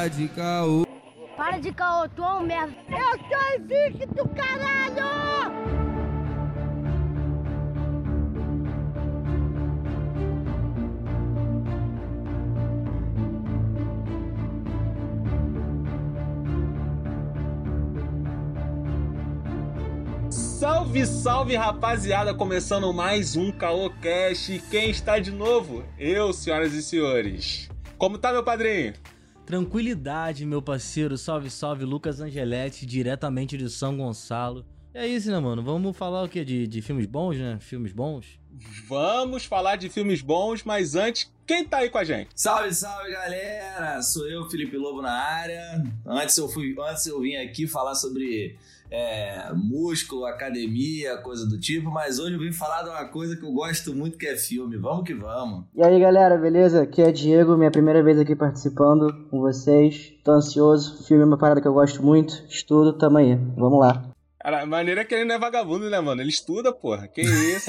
Para de caô. Para de caô, tu é um merda. Eu sou invicto, caralho! Salve, salve, rapaziada! Começando mais um CaôCast. Quem está de novo? Eu, senhoras e senhores. Como tá, meu padrinho? Tranquilidade, meu parceiro. Salve, salve, Lucas Angeletti, diretamente de São Gonçalo. É isso, né, mano? Vamos falar o quê? De filmes bons, né? Filmes bons? Vamos falar de filmes bons, mas antes, quem tá aí com a gente? Salve, salve, galera! Sou eu, Felipe Lobo, na área. Antes eu vim aqui falar sobre músculo, academia, coisa do tipo, mas hoje eu vim falar de uma coisa que eu gosto muito, que é filme. Vamos que vamos! E aí, galera, beleza? Aqui é Diego, minha primeira vez aqui participando com vocês. Tô ansioso, filme é uma parada que eu gosto muito, estudo, tamo aí. Vamos lá. Cara, a maneira é que ele não é vagabundo, né, mano? Ele estuda, porra. Que isso?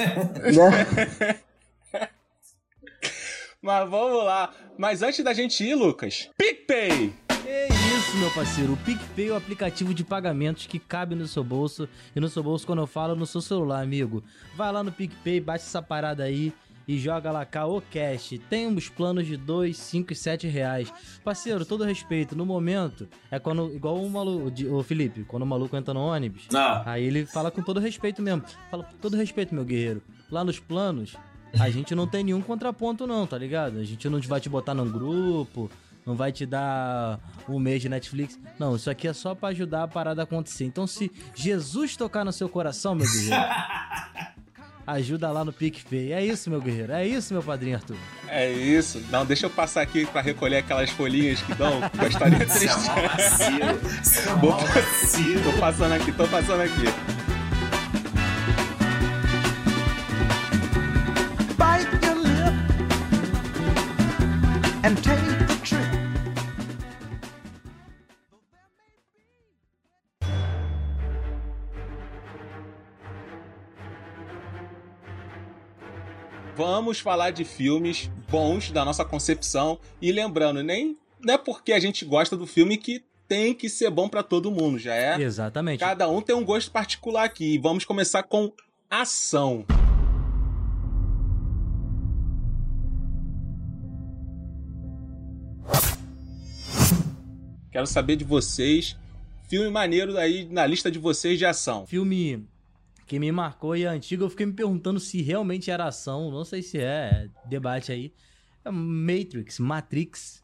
Mas vamos lá. Mas antes da gente ir, Lucas, PicPay! É isso, meu parceiro. O PicPay é o aplicativo de pagamentos que cabe no seu bolso. E no seu bolso, quando eu falo, no seu celular, amigo. Vai lá no PicPay, baixa essa parada aí e joga lá CaôCast. Tem uns planos de 2, 5 e 7 reais. Parceiro, todo respeito. No momento, é quando, igual o maluco, o Felipe, quando o maluco entra no ônibus, aí ele fala com todo respeito mesmo. Fala com todo respeito, meu guerreiro. Lá nos planos, a gente não tem nenhum contraponto não, tá ligado? A gente não vai te botar num grupo, não vai te dar um mês de Netflix. Não, isso aqui é só pra ajudar a parada a acontecer. Então, se Jesus tocar no seu coração, meu guerreiro, ajuda lá no PicPay. É isso, meu guerreiro. É isso, meu padrinho Arthur. É isso. Não, deixa eu passar aqui pra recolher aquelas folhinhas que dão. Gostaria triste. Tô passando aqui. Bite your lip and take the trip. Vamos falar de filmes bons da nossa concepção. E lembrando, nem não é porque a gente gosta do filme que tem que ser bom pra todo mundo, já é? Exatamente. Cada um tem um gosto particular aqui. E vamos começar com ação. Quero saber de vocês, filme maneiro aí na lista de vocês de ação. Filme que me marcou e é antigo, eu fiquei me perguntando se realmente era ação, não sei se é, debate aí. É Matrix,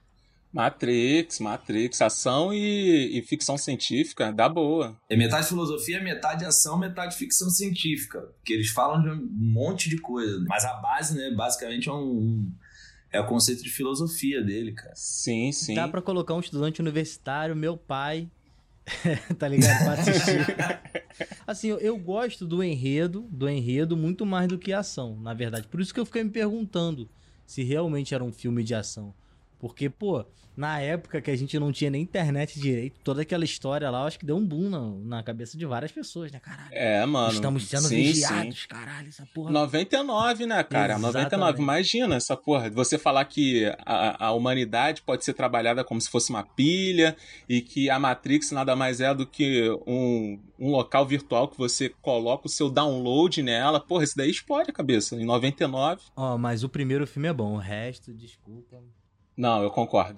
ação e ficção científica, dá boa. É metade filosofia, metade ação, metade ficção científica. Porque eles falam de um monte de coisa. Mas a base, né, basicamente é o conceito de filosofia dele, cara. Sim. Dá pra colocar um estudante universitário, meu pai, tá ligado? Pra assistir. Assim, eu gosto do enredo muito mais do que a ação, na verdade. Por isso que eu fiquei me perguntando se realmente era um filme de ação. Porque, pô, na época que a gente não tinha nem internet direito, toda aquela história lá, eu acho que deu um boom na cabeça de várias pessoas, né, caralho? É, mano. Estamos sendo vigiados, caralho, essa porra. 99, né, cara? Exatamente. 99, imagina essa porra. Você falar que a humanidade pode ser trabalhada como se fosse uma pilha e que a Matrix nada mais é do que um local virtual que você coloca o seu download nela. Porra, isso daí explode a cabeça. Em 99... Ó, mas o primeiro filme é bom, o resto, desculpa. Não, eu concordo.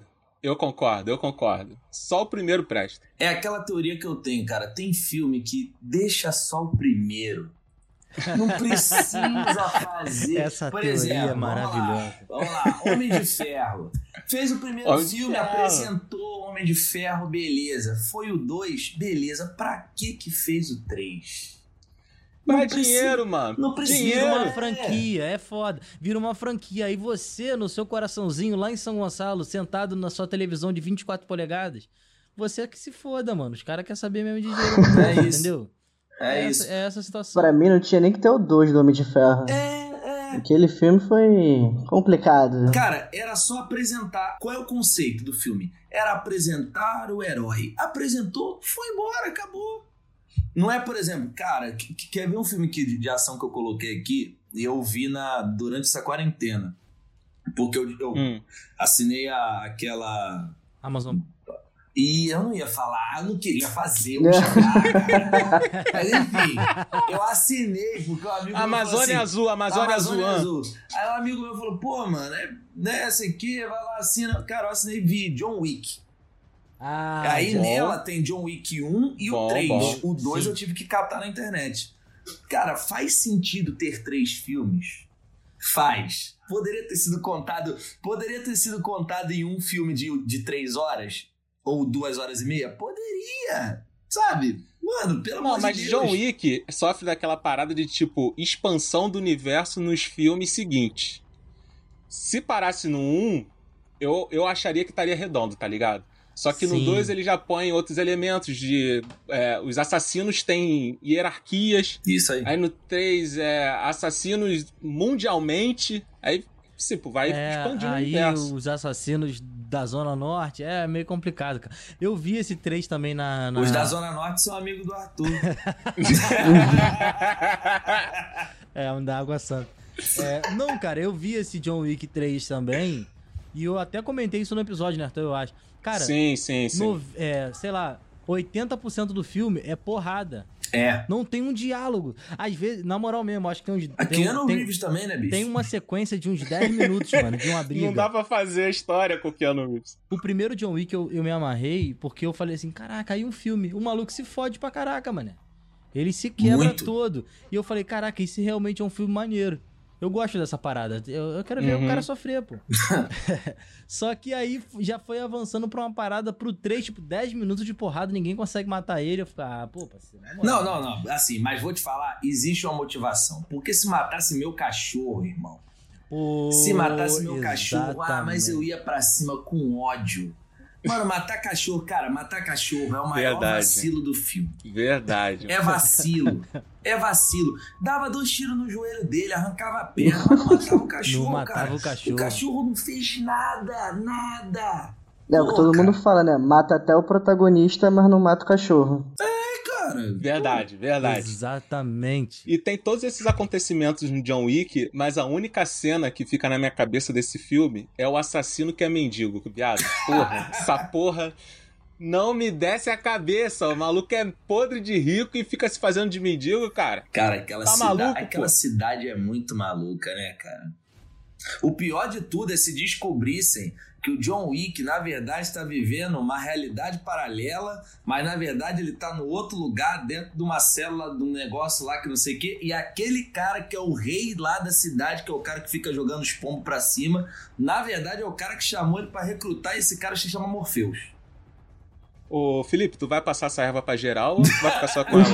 Só o primeiro presta. É aquela teoria que eu tenho, cara. Tem filme que deixa só o primeiro. Não precisa fazer. Essa por teoria exemplo, é maravilhosa. Vamos lá. Homem de Ferro. Fez o primeiro filme, apresentou o Homem de Ferro, beleza. Foi o 2, beleza. Pra que fez o 3? Pra dinheiro, mano. Não precisa. Vira uma franquia, é foda. Vira uma franquia. Aí você, no seu coraçãozinho, lá em São Gonçalo, sentado na sua televisão de 24 polegadas, você que se foda, mano. Os caras querem saber mesmo de dinheiro. É isso. Entendeu? Isso. É essa a situação. Pra mim não tinha nem que ter o 2 do Homem de Ferro. Aquele filme foi complicado. Cara, era só apresentar. Qual é o conceito do filme? Era apresentar o herói. Apresentou, foi embora, acabou. Não é, por exemplo, cara, quer ver um filme de ação que eu coloquei aqui? E eu vi durante essa quarentena. Porque eu assinei aquela... Amazon. E eu não ia falar, eu não queria fazer o jabá. Mas enfim, eu assinei porque o amigo meu falou Amazônia assim, Azul, Amazônia Azul. Aí um amigo meu falou, pô, mano, essa aqui, vai lá, assina. Cara, eu assinei, vi John Wick. Aí bom. nela tem John Wick 1 e o 3. bom. O 2 Sim. eu tive que catar na internet. Cara, faz sentido ter 3 filmes? Faz. Poderia ter sido contado em um filme de 3 horas? Ou 2 horas e meia? Poderia. Sabe? Mano, pelo amor Não, de mas Deus. John Wick sofre daquela parada de, tipo, expansão do universo nos filmes seguintes. Se parasse no 1, eu acharia que estaria redondo, tá ligado? Só que no Sim. 2 ele já põe outros elementos de... os assassinos têm hierarquias. Isso aí. Aí no 3 assassinos mundialmente. Aí, tipo, vai expandindo o aí universo. os assassinos da Zona Norte é meio complicado, cara. Eu vi esse 3 também na... Os da Zona Norte são amigos do Arthur. Um da Água Santa. Não, cara, eu vi esse John Wick 3 também. E eu até comentei isso no episódio, né, Arthur? Eu acho. Cara, Sim. sei lá, 80% do filme é porrada. Não tem um diálogo. Às vezes, na moral mesmo, acho que tem uns... A Keanu Reeves também, né, bicho? Tem uma sequência de uns 10 minutos, mano, de uma briga. Não dá pra fazer a história com o Keanu Reeves. O primeiro John Wick eu me amarrei porque eu falei assim, caraca, aí um filme. O maluco se fode pra caraca, mano. Ele se quebra Muito. todo. E eu falei, caraca, esse realmente é um filme maneiro. Eu gosto dessa parada. Eu quero ver o cara sofrer, pô. Só que aí já foi avançando pra uma parada pro 3, tipo, 10 minutos de porrada, ninguém consegue matar ele. Eu falei, pô, parceiro. na moral. Não. Assim, mas vou te falar, existe uma motivação. Porque se matasse meu cachorro, irmão. Se matasse meu cachorro, mas eu ia pra cima com ódio. Mano, matar cachorro é o maior Verdade. vacilo do filme. Verdade. É vacilo. Dava 2 tiros no joelho dele, arrancava a perna, mas não matava o cachorro, Não matava cara. o cachorro. O cachorro não fez nada. É o que todo mundo fala, né? Mata até o protagonista, mas não mata o cachorro. Cara. Verdade. Exatamente. E tem todos esses acontecimentos no John Wick, mas a única cena que fica na minha cabeça desse filme é o assassino que é mendigo, viado. Porra, essa porra não me desce a cabeça. O maluco é podre de rico e fica se fazendo de mendigo, cara. Cara, aquela Tá cidade, maluco, aquela pô? cidade é muito maluca, né, cara? O pior de tudo é se descobrissem que o John Wick, na verdade, está vivendo uma realidade paralela, mas, na verdade, ele tá no outro lugar, dentro de uma célula, de um negócio lá que não sei o quê, e aquele cara que é o rei lá da cidade, que é o cara que fica jogando os pombos pra cima, na verdade, é o cara que chamou ele pra recrutar, e esse cara se chama Morpheus. Ô, Felipe, tu vai passar essa erva pra geral ou tu vai ficar só com ela?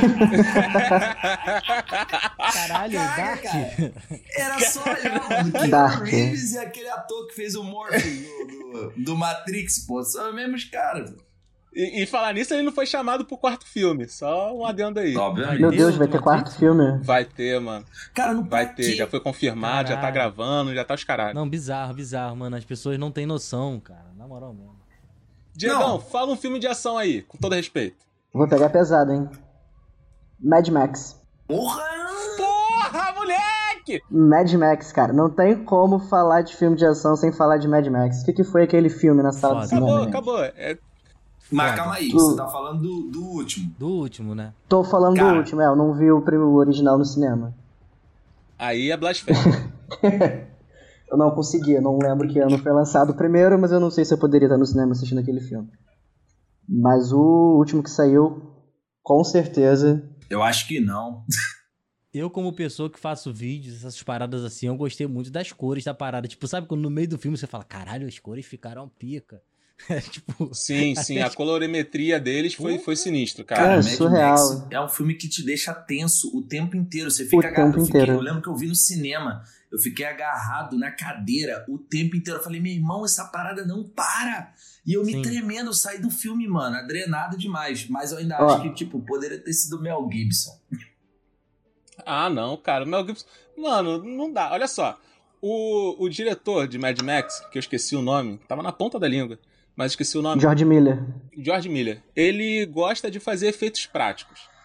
Caralho, Dark. Cara, era só olhar, mano. Keanu Dark. Reeves e aquele ator que fez o Morpheus do Matrix, pô, são os mesmos caras. E falar nisso, ele não foi chamado pro 4º filme. Só um adendo aí. Obviamente. Meu Deus, vai ter 4º filme? Vai ter, mano. Cara, não Vai ter. Já foi confirmado, já tá Caralho. gravando, já tá os caralhos. Não, bizarro, mano. As pessoas não têm noção, cara. Na moral mesmo. Diegão, Não. fala um filme de ação aí, com todo respeito. Vou pegar pesado, hein? Mad Max. Porra! Porra, moleque! Mad Max, cara. Não tem como falar de filme de ação sem falar de Mad Max. O que foi aquele filme na sala Foda. de cinema? gente? Acabou. Mas Foda. calma aí, você tá falando do último. Do último, né? Tô falando Cara. do último, eu não vi o original no cinema. Aí é blasfêmia. Eu não consegui, eu não lembro que ano foi lançado o primeiro, mas eu não sei se eu poderia estar no cinema assistindo aquele filme. Mas o último que saiu, com certeza. Eu acho que não. Eu, como pessoa que faço vídeos, essas paradas assim, eu gostei muito das cores da parada. Tipo, sabe quando no meio do filme você fala, caralho, as cores ficaram pica. Tipo, Sim, a colorimetria deles foi sinistro, cara. É, Mad surreal. Max é um filme que te deixa tenso o tempo inteiro. Você fica tempo inteiro. Eu lembro que eu vi no cinema, eu fiquei agarrado na cadeira o tempo inteiro. Eu falei, meu irmão, essa parada não para. E eu me Sim. tremendo, eu saí do filme, mano, adrenado demais. Mas eu ainda Ó. acho que, tipo, poderia ter sido Mel Gibson. Ah, não, cara. O Mel Gibson... Mano, não dá. Olha só. O diretor de Mad Max, que eu esqueci o nome, tava na ponta da língua, mas esqueci o nome. George Miller. George Miller. Ele gosta de fazer efeitos práticos.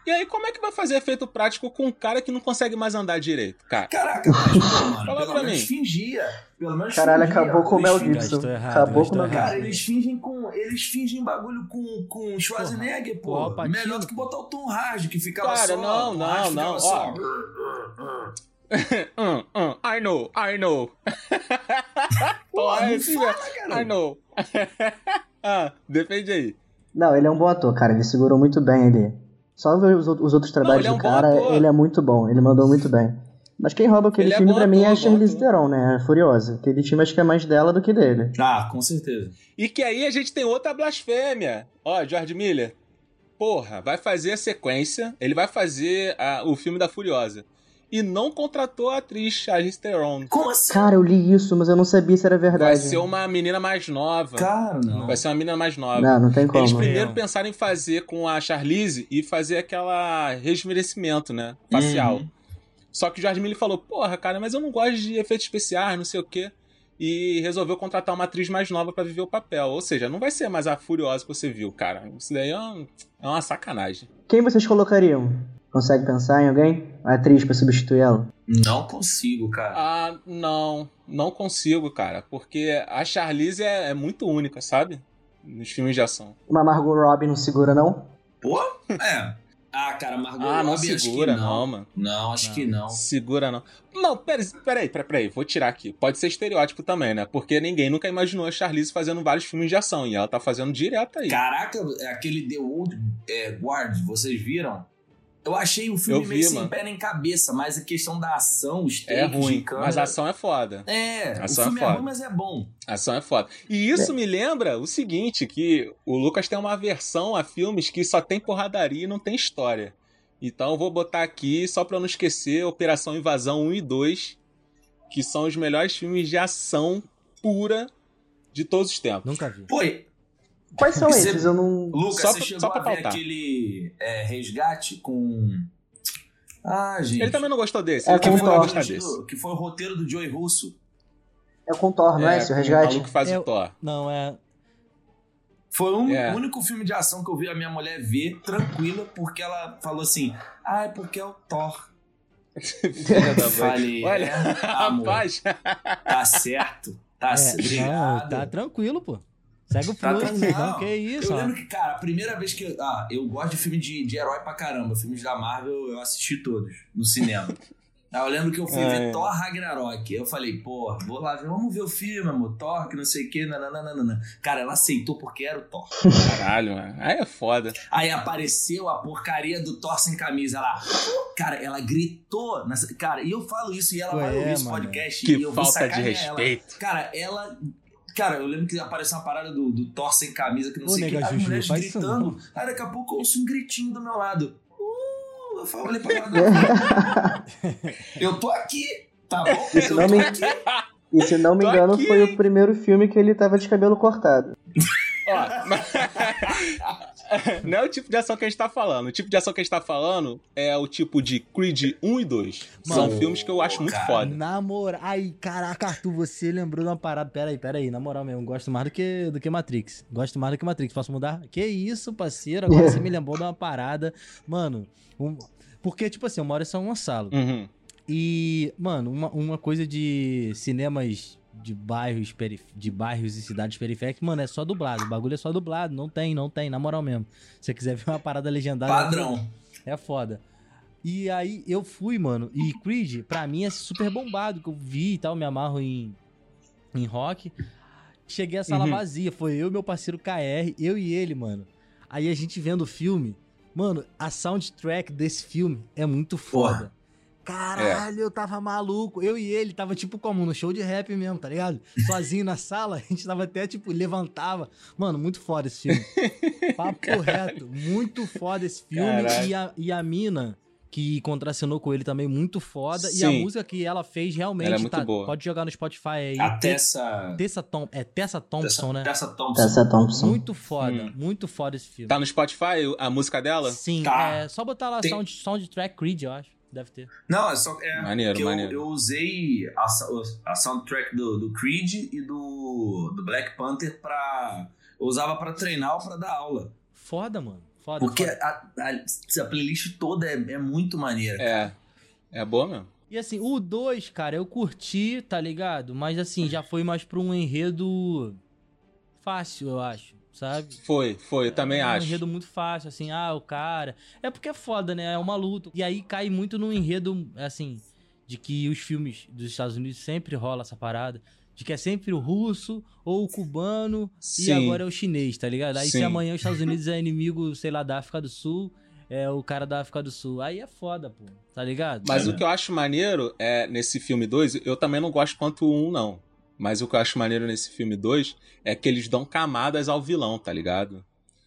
E aí, como é que vai fazer efeito prático com um cara que não consegue mais andar direito, cara? Caraca, mas, pô, mano, Fala pelo pra menos mim. fingia. Pelo menos Caralho, fingia. acabou com o Mel Eles fingem- Gibson. Gastou errado, Acabou com o gastou Mel errado. Gibson. Cara, eles fingem bagulho com Schwarzenegger, Porra, o pô. Al Pacino, Melhor do que botar o Tom Hardy, que ficava Cara, só... não, Tom Hardy não, ficava só- I know. Pô, Pô, não assim, fala, I cara. know. Defende aí. Não, ele é um bom ator, cara. Ele segurou muito bem ali. Só ver os outros trabalhos ele é um do bom cara, ator. ele é muito bom. Ele mandou muito bem. Mas quem rouba aquele Ele é filme bom pra mim é a ator, bom Charlize ator. Theron, né? A Furiosa. Aquele filme acho que é mais dela do que dele. Ah, com certeza. E que aí a gente tem outra blasfêmia. Ó, George Miller, porra, vai fazer a sequência, ele vai fazer o filme da Furiosa. E não contratou a atriz Charlize Theron. Como assim? Cara, eu li isso, mas eu não sabia se era Vai verdade. ser uma menina mais nova. Cara, não. Vai ser uma menina mais nova. Não tem como. Eles primeiro pensaram em fazer com a Charlize e fazer aquela rejuvenescimento, né? Facial. Uhum. Só que o George Miller falou, porra, cara, mas eu não gosto de efeitos especiais, não sei o quê. E resolveu contratar uma atriz mais nova pra viver o papel. Ou seja, não vai ser mais a Furiosa que você viu, cara. Isso daí é uma sacanagem. Quem vocês colocariam? Consegue pensar em alguém? A atriz pra substituir ela? Não consigo, cara. Ah, não consigo, cara. Porque a Charlize é muito única, sabe? Nos filmes de ação. Uma Margot Robbie não segura, não? Pô, é. Ah, cara, Margot Ah, não Robbie, acho que segura, não. não, mano. Não, acho que não. Segura não. Não, peraí, vou tirar aqui. Pode ser estereótipo também, né? Porque ninguém nunca imaginou a Charlize fazendo vários filmes de ação. E ela tá fazendo direto aí. Caraca, aquele The Old Guard, vocês viram? Eu achei o filme Eu vi, meio sem mano. pé nem cabeça, mas a questão da ação, os É takes de ruim, câmera... mas a ação é foda. É, A o ação filme é é foda. ruim, mas é bom. A ação é foda. E isso me lembra o seguinte, que o Lucas tem uma aversão a filmes que só tem porradaria e não tem história. Então eu vou botar aqui, só pra eu não esquecer, Operação Invasão 1 e 2, que são os melhores filmes de ação pura de todos os tempos. Nunca vi. Pô, Quais são Você- esses? Eu não... Lucas, Só você pra- chegou só pra a ver pautar. aquele Resgate com... Ah, gente. Ele também não gostou desse. É, Ele também com não vai Thor. gostar desse. Que foi o roteiro do Joey Russo. É com Thor, não é esse? O com Resgate? maluco que faz É o Thor. Não, é. Foi o É. único filme de ação que eu vi a minha mulher ver tranquila, porque ela falou assim, é porque é o Thor. Filha da mãe. Falei, Olha, amor, rapaz. tá certo, tá Não, obrigado. tá tranquilo, pô. Segue o Tá fluxo, tranquilo. não, que isso, Eu ó. lembro que, cara, a primeira vez que... eu gosto de filme de herói pra caramba. Filmes da Marvel eu assisti todos no cinema. Aí eu lembro que eu fui ver Thor Ragnarok. Eu falei, pô, vou lá, vamos ver o filme, amor. Thor, que não sei o que, nananana. Cara, ela aceitou porque era o Thor. Caralho, mano. Aí é foda. Aí apareceu a porcaria do Thor sem camisa lá. Cara, ela gritou. Cara, e eu falo isso e ela Ué, vai ouvir esse mano. podcast. Que e eu vou falta de sacanear respeito. Ela. Cara, ela... Cara, eu lembro que apareceu uma parada do Thor sem camisa, que não Ô, sei o que. nega As Juju, mulheres faz isso gritando. não. Aí daqui a pouco eu ouço um gritinho do meu lado. Eu falei pra ela, eu tô aqui, tá bom? Isso Eu não tô me- aqui. E se não me Tô engano, aqui, foi hein? o primeiro filme que ele tava de cabelo cortado. Ó, mas- não é o tipo de ação que a gente tá falando. O tipo de ação que a gente tá falando é o tipo de Creed 1 e 2. São Mano, filmes que eu acho muito cara. foda. Na moral. Ai, caraca, Arthur, você lembrou de uma parada. Pera aí, na moral mesmo. Gosto mais do que Matrix. Gosto mais do que Matrix. Posso mudar? Que isso, parceiro? Agora você me lembrou de uma parada. Mano, porque, tipo assim, uma hora é só uma sala. Uhum. E, mano, uma coisa de cinemas de bairros e cidades periféricas, mano, é só dublado. O bagulho é só dublado. Não tem, na moral mesmo. Se você quiser ver uma parada legendada... Padrão. É foda. E aí eu fui, mano. E Creed, pra mim, é super bombado. Que eu vi e tal, me amarro em rock. Cheguei à sala vazia. Foi eu e meu parceiro KR, eu e ele, mano. Aí a gente vendo o filme. Mano, a soundtrack desse filme é muito foda. Caralho, eu tava maluco. Eu e ele tava tipo como no show de rap mesmo, tá ligado? Sozinho na sala, a gente tava até tipo, levantava. Mano, muito foda esse filme. Papo reto, muito foda esse filme. E a mina que contracenou com ele também, muito foda. Sim. E a música que ela fez realmente Ela é muito boa. Pode jogar no Spotify aí. A Tessa... Tessa Thompson, né? Tessa Thompson. Tessa Thompson. Muito foda, muito foda esse filme. Tá no Spotify a música dela? Sim, Tá. é só botar lá Tem- soundtrack Creed, eu acho. Deve ter. Não, é só... Maneiro, que maneiro. Eu usei a soundtrack do Creed e do Black Panther pra... Eu usava pra treinar ou pra dar aula. Foda, mano. Foda, Porque foda. a playlist toda é muito maneira. É boa mesmo. E assim, o 2, cara, eu curti, tá ligado? Mas assim, já foi mais pra um enredo fácil, eu acho, sabe? Foi, eu também Um acho. enredo muito fácil, assim, o cara... É porque é foda, né? É uma luta. E aí cai muito no enredo, assim, de que os filmes dos Estados Unidos sempre rola essa parada, de que é sempre o russo ou o cubano e Sim. agora é o chinês, tá ligado? Aí se Sim. amanhã os Estados Unidos é inimigo, sei lá, da África do Sul, é o cara da África do Sul. Aí é foda, pô, tá ligado? Mas o que eu acho maneiro é, nesse filme 2, eu também não gosto quanto o 1, não. Mas o que eu acho maneiro nesse filme 2 é que eles dão camadas ao vilão, tá ligado?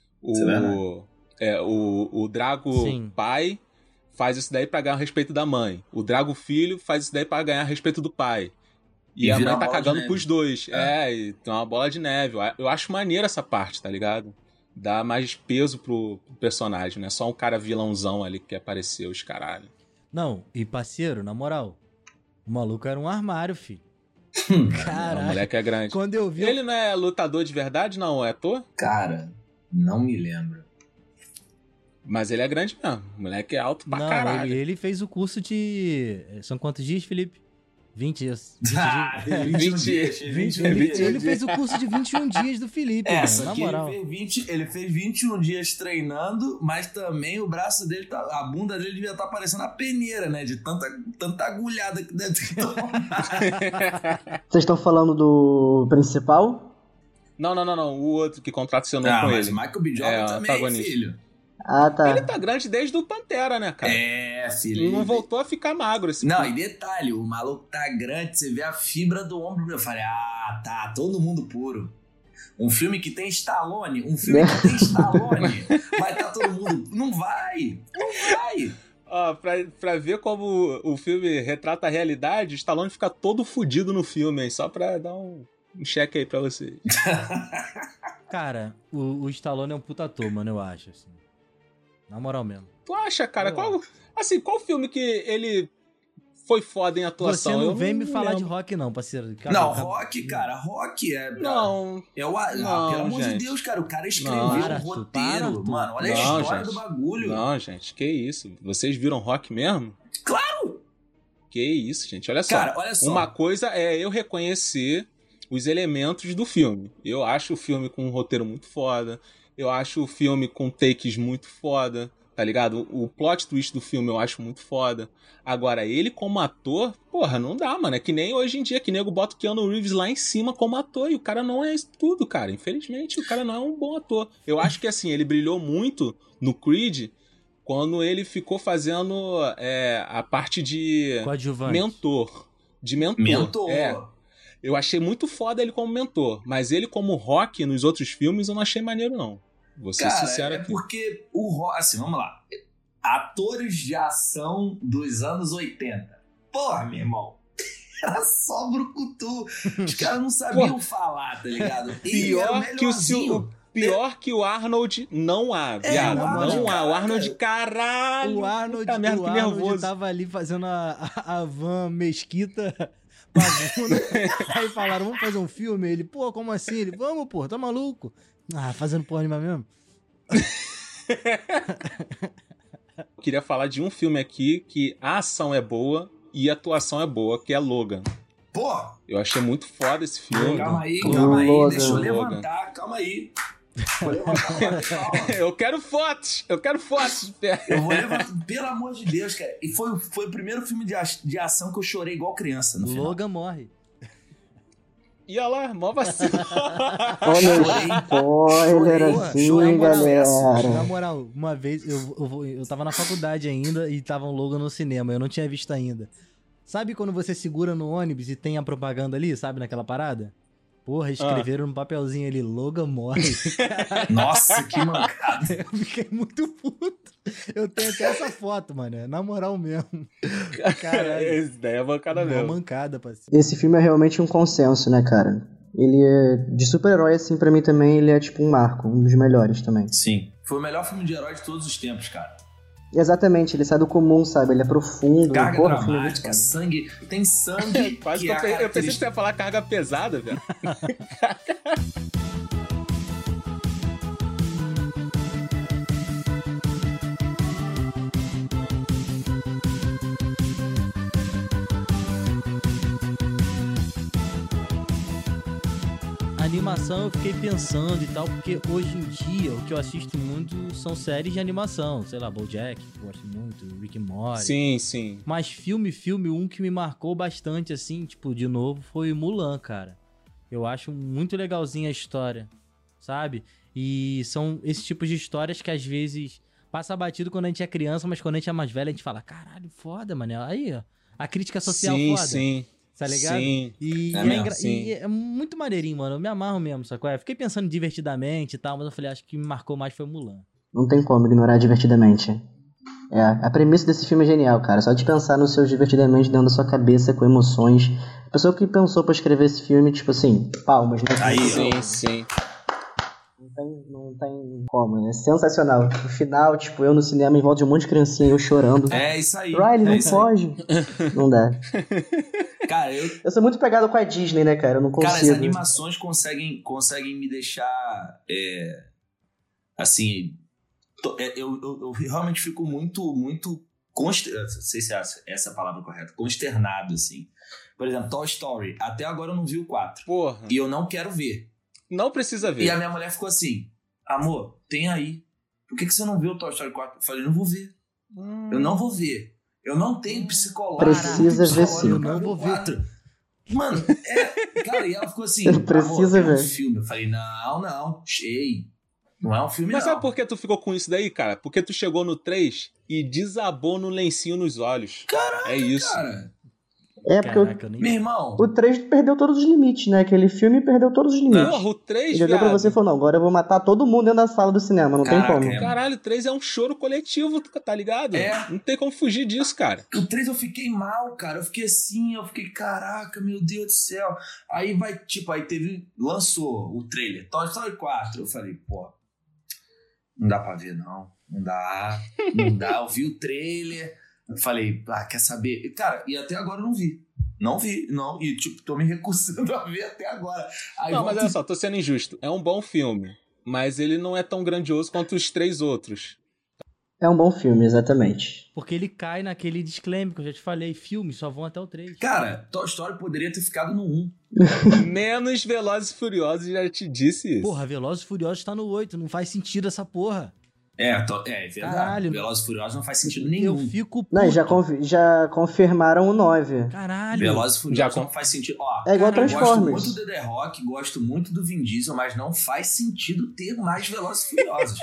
O Drago Sim. pai faz isso daí pra ganhar o respeito da mãe. O Drago filho faz isso daí pra ganhar o respeito do pai. E a vira mãe uma tá bola de cagando neve. pros dois. E tem uma bola de neve. Eu acho maneiro essa parte, tá ligado? Dá mais peso pro personagem, não é só um cara vilãozão ali que quer aparecer os caralho. Não, e parceiro, na moral, o maluco era um armário, filho. O Caralho. moleque é grande. Quando eu vi... Ele não é lutador de verdade, não? É ator? Cara, não me lembro. Mas ele é grande mesmo. O moleque é alto pra Não, caralho. ele fez o curso de... São quantos dias, Felipe? 20 dias. 20 Ah, dias. 21 dias. 20, 21 dias. ele fez o curso de 21 dias do Felipe, mano, Só na que moral. ele fez 21 dias treinando, mas também o braço dele, a bunda dele devia estar parecendo a peneira, né? De tanta agulhada que deve ter tomado. Vocês estão falando do principal? Não. O outro que contracionou com Mas ele. o Michael B. Jordan É, o também, antagonista. filho. Ah, tá. Ele tá grande desde o Pantera, né, cara? Filho. Ele não voltou a ficar magro esse Não, filme. e detalhe, o maluco tá grande, você vê a fibra do ombro. Eu falei, tá, todo mundo puro. Um filme que tem Stallone, vai tá todo mundo... Não vai. Ó, pra ver como o filme retrata a realidade, o Stallone fica todo fudido no filme, hein? Só pra dar um cheque aí pra vocês. Cara, o Stallone é um puta ator, mano, eu acho, assim. Na moral mesmo. Tu acha, cara? Eu Qual filme que ele foi foda em atuação? Você não Eu vem me falar de lembro. rock, não, parceiro. Rock, cara, rock é... Não. Pelo amor de Deus, cara, o cara escreveu Não. um Para, roteiro. para, mano, olha a Não, história gente. do bagulho. Não, gente, que isso? Vocês viram rock mesmo? Claro! Que isso, gente, olha só. Cara, olha só. Uma coisa é eu reconhecer os elementos do filme. Eu acho o filme com um roteiro muito foda. Eu acho o filme com takes muito foda, tá ligado? O plot twist do filme eu acho muito foda. Agora, ele como ator, porra, não dá, mano. É que nem hoje em dia, que nego bota o Keanu Reeves lá em cima como ator. E o cara não é isso tudo, cara. Infelizmente, o cara não é um bom ator. Eu acho que, assim, ele brilhou muito no Creed quando ele ficou fazendo a parte de Coadjuvante. mentor. De mentor. Mentor. Eu achei muito foda ele como mentor, mas ele como Rock nos outros filmes eu não achei maneiro, não. Vou ser Cara, sincero é aqui. porque o rock... Assim, vamos lá. Atores de ação dos anos 80. Porra, meu irmão. Era só brucutu. Os caras não sabiam falar, tá ligado? Ele era o melhorzinho. Pior que o Arnold não há, viado. o Arnold, Não há. O Arnold, cara. caralho. O Arnold, puta merda, o que Arnold nervoso. tava ali fazendo a van Mesquita pavuna. Aí falaram, vamos fazer um filme? Ele, pô, como assim? Ele, vamos, pô, tá maluco? Fazendo porra nenhuma mesmo? Eu queria falar de um filme aqui que a ação é boa e a atuação é boa, que é Logan. Pô, Eu achei muito foda esse filme. calma aí, Logan. deixa eu Logan. levantar, calma aí. Vou levantar, calma. Eu quero fotos. Eu vou levantar, pelo amor de Deus, cara. E foi o primeiro filme de ação que eu chorei igual criança no final. Logan morre. E olha lá, mó vacina. Olha o spoiler Chorei, assim, chorei, Na galera. moral, uma vez eu tava na faculdade ainda e tava um Logan no cinema, eu não tinha visto ainda. Sabe quando você segura no ônibus e tem a propaganda ali, sabe, naquela parada? Porra, escreveram no papelzinho ali, Logan morre. Nossa, que mancada. Eu fiquei muito puto. Eu tenho até essa foto, mano, na moral mesmo. Caralho. Essa daí é bancada Uma mesmo. mancada, parceiro. Esse filme é realmente um consenso, né, cara? Ele é... De super-herói, assim, pra mim também, ele é tipo um marco, um dos melhores também. Sim. Foi o melhor filme de herói de todos os tempos, cara. Exatamente, ele sai do comum, sabe? Ele é profundo. Carga Porra, o filme é muito dramática, foda. sangue. Tem sangue. Quase que é a eu pensei que característica- você ia falar carga pesada, velho. Animação eu fiquei pensando e tal, porque hoje em dia o que eu assisto muito são séries de animação. Sei lá, BoJack, que eu gosto muito, Rick and Morty. Sim, sim. Mas filme, um que me marcou bastante, assim, tipo, de novo, foi Mulan, cara. Eu acho muito legalzinha a história, sabe? E são esses tipos de histórias que às vezes passa batido quando a gente é criança, mas quando a gente é mais velho a gente fala, caralho, foda, mano. Aí, ó, a crítica social Sim, foda. sim. Tá ligado? Sim. E, É é mesmo, sim. e é muito maneirinho, mano. Eu me amarro mesmo, sacou? Fiquei pensando divertidamente e tal, mas eu falei, acho que me marcou mais foi Mulan. Não tem como ignorar divertidamente. A premissa desse filme é genial, cara. Só de pensar nos seus divertidamente dentro da sua cabeça, com emoções. A pessoa que pensou pra escrever esse filme, tipo assim, palmas, né? Aí, Sim, sim. Não tem como, é sensacional. No final, tipo, eu no cinema em volta de um monte de criancinha, eu chorando. É isso aí. Riley, não é isso aí. foge. Não dá. Cara, Eu sou muito pegado com a Disney, né, cara? Eu não consigo. Cara, as animações conseguem me deixar. Assim. Eu realmente fico muito não sei se é essa a palavra correta. Consternado, assim. Por exemplo, Toy Story. Até agora eu não vi o 4. Porra. E eu não quero ver. Não precisa ver. E a minha mulher ficou assim: amor, tem aí. Por que você não viu o Toy Story 4? Eu falei: não vou ver. Eu não vou ver. Eu não tenho psicológico. Precisa ver sim. Eu não vou ver. Mano, cara, e ela ficou assim: Precisa amor, é um ver. filme. Eu falei: não, cheio. Não é um filme, Mas não. sabe por que tu ficou com isso daí, cara? Porque tu chegou no 3 e desabou no lencinho nos olhos. Caraca, É isso. cara. É porque Caraca, eu nem... Meu irmão. o 3 perdeu todos os limites, né? Aquele filme perdeu todos os limites. Porra, o 3, Ele olhou pra você e falou, não, agora eu vou matar todo mundo dentro da sala do cinema, não Caraca, tem como. é. Caralho, o 3 é um choro coletivo, tá ligado? É. Não tem como fugir disso, cara. O 3 eu fiquei mal, cara. Eu fiquei assim, caraca, meu Deus do céu. Aí lançou o trailer, Toy Story 4. Eu falei, pô, não dá pra ver, não. Não dá. Eu vi o trailer. Eu falei, quer saber? Cara, e até agora eu não vi. Não vi, não. E, tipo, tô me recusando a ver até agora. Aí Não, mas olha só, tô sendo injusto. É um bom filme, mas ele não é tão grandioso quanto os 3 outros. É um bom filme, exatamente. Porque ele cai naquele disclaimer que eu já te falei, filmes só vão até o 3. Cara, Toy Story poderia ter ficado no 1. Menos Velozes e Furiosos, já te disse isso. Porra, Velozes e Furiosos tá no 8, não faz sentido essa porra. É verdade. Caralho. Velozes e Furiosos não faz sentido nenhum. Eu fico puto. Não, e já confirmaram o 9. Caralho. Velozes e Furiosos Já não faz sentido. Ó, É igual eu gosto Transformers. muito do The Rock, gosto muito do Vin Diesel, mas não faz sentido ter mais Velozes e Furiosos.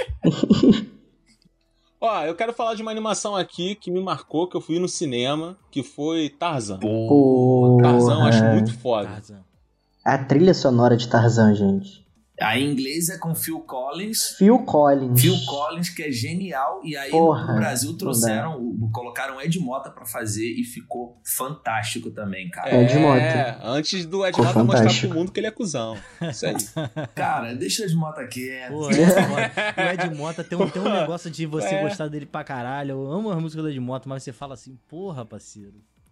Ó, eu quero falar de uma animação aqui que me marcou, que eu fui no cinema, que foi Tarzan. Porra. Tarzan eu acho muito foda. Tarzan. A trilha sonora de Tarzan, gente. Aí em inglês é com Phil Collins. Phil Collins. Phil Collins, que é genial. E aí Porra, no Brasil colocaram o Ed Mota pra fazer e ficou fantástico também, cara. Ed Mota. Antes do Ed Ficou Mota mostrar fantástico. pro mundo que ele é cuzão. Isso aí. Cara, deixa o Ed Mota quieto. Pô, o Ed Mota tem um negócio de você gostar dele pra caralho. Eu amo as músicas do Ed Mota, mas você fala assim, porra, parceiro.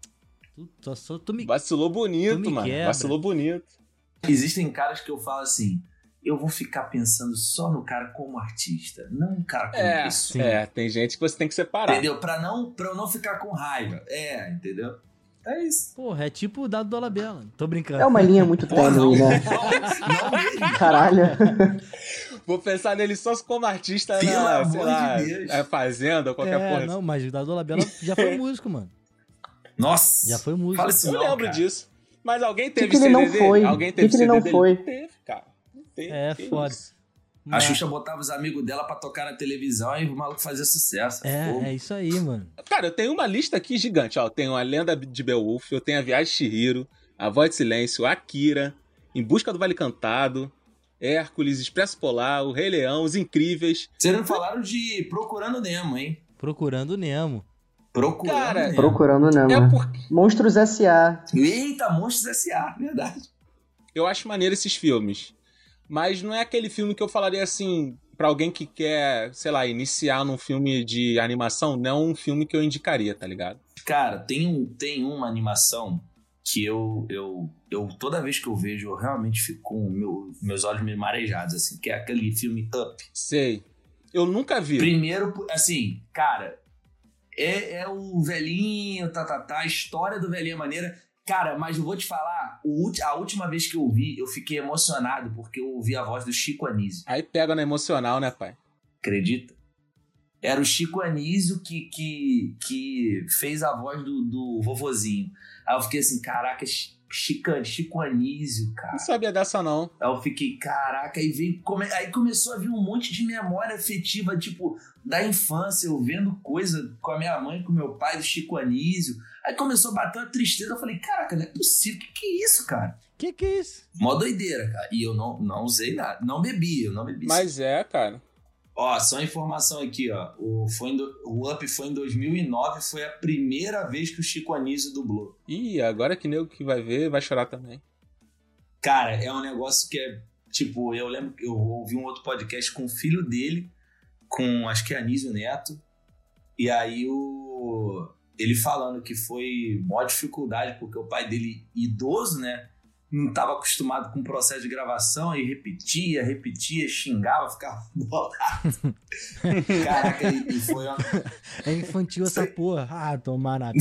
Tu me... Vacilou Tu bonito, me mano. quebra. Vacilou bonito. Existem caras que eu falo assim, eu vou ficar pensando só no cara como artista, não no cara como pessoa. Tem gente que você tem que separar. Entendeu? Pra eu não ficar com raiva. Entendeu? É isso. Porra, é tipo o Dado Dolabella. Tô brincando. É uma linha muito tênue, né? Não mesmo. Caralho. Vou pensar nele só como artista Pelo na, amor sei lá, de Deus. fazenda ou qualquer porra. Não, mas o Dado Dolabella já foi músico, mano. Nossa. Já foi músico. Fala isso Eu não, lembro cara. disso. Mas alguém teve que ele CD não dele? foi? Alguém Por teve que ele CD não dele? foi? Não teve, cara. Não teve. É, Que foda. isso? A Mas- Xuxa botava os amigos dela pra tocar na televisão e o maluco fazia sucesso. Pô. É isso aí, mano. Cara, eu tenho uma lista aqui gigante, ó. Eu tenho a Lenda de Beowulf, eu tenho a Viagem de Chihiro, A Voz de Silêncio, Akira, Em Busca do Vale Cantado, Hércules, Expresso Polar, O Rei Leão, Os Incríveis. Vocês não falaram de Procurando Nemo, hein? Procurando Nemo. Procurando Cara, Nemo. Procurando Nemo. É porque Monstros S.A. Eita, Monstros S.A., verdade. eu acho maneiro esses filmes. Mas não é aquele filme que eu falaria assim, pra alguém que quer, sei lá, iniciar num filme de animação, não é um filme que eu indicaria, tá ligado? Cara, tem uma animação que eu toda vez que eu vejo, eu realmente fico com meus olhos meio marejados, assim, que é aquele filme Up. Sei. Eu nunca vi. Primeiro, assim, cara, é o velhinho, a história do velhinho é maneira. Cara, mas eu vou te falar, a última vez que eu vi, eu fiquei emocionado porque eu ouvi a voz do Chico Anísio. Aí pega no emocional, né, pai? Acredita? Era o Chico Anísio que fez a voz do vovozinho. Aí eu fiquei assim, caraca, Chico Anísio, cara. Não sabia dessa, não. Aí eu fiquei, caraca, aí começou a vir um monte de memória afetiva, tipo, da infância, eu vendo coisa com a minha mãe, com meu pai, do Chico Anísio. Aí começou a bater uma tristeza, eu falei, caraca, não é possível, que é isso, cara? Que é isso? Mó doideira, cara. E eu não usei nada, não bebi. Mas cara. Ó, só informação aqui, ó. O Up foi em 2009, foi a primeira vez que o Chico Anísio dublou. Ih, agora que nego que vai ver, vai chorar também. Cara, é um negócio que é, tipo, eu lembro que eu ouvi um outro podcast com o filho dele, com, acho que é Anísio Neto, e aí ele falando que foi maior dificuldade, porque o pai dele, idoso, né, não estava acostumado com o processo de gravação e repetia, xingava, ficava bolado. Caraca, e foi uma... É infantil essa porra. Ah, tomar na...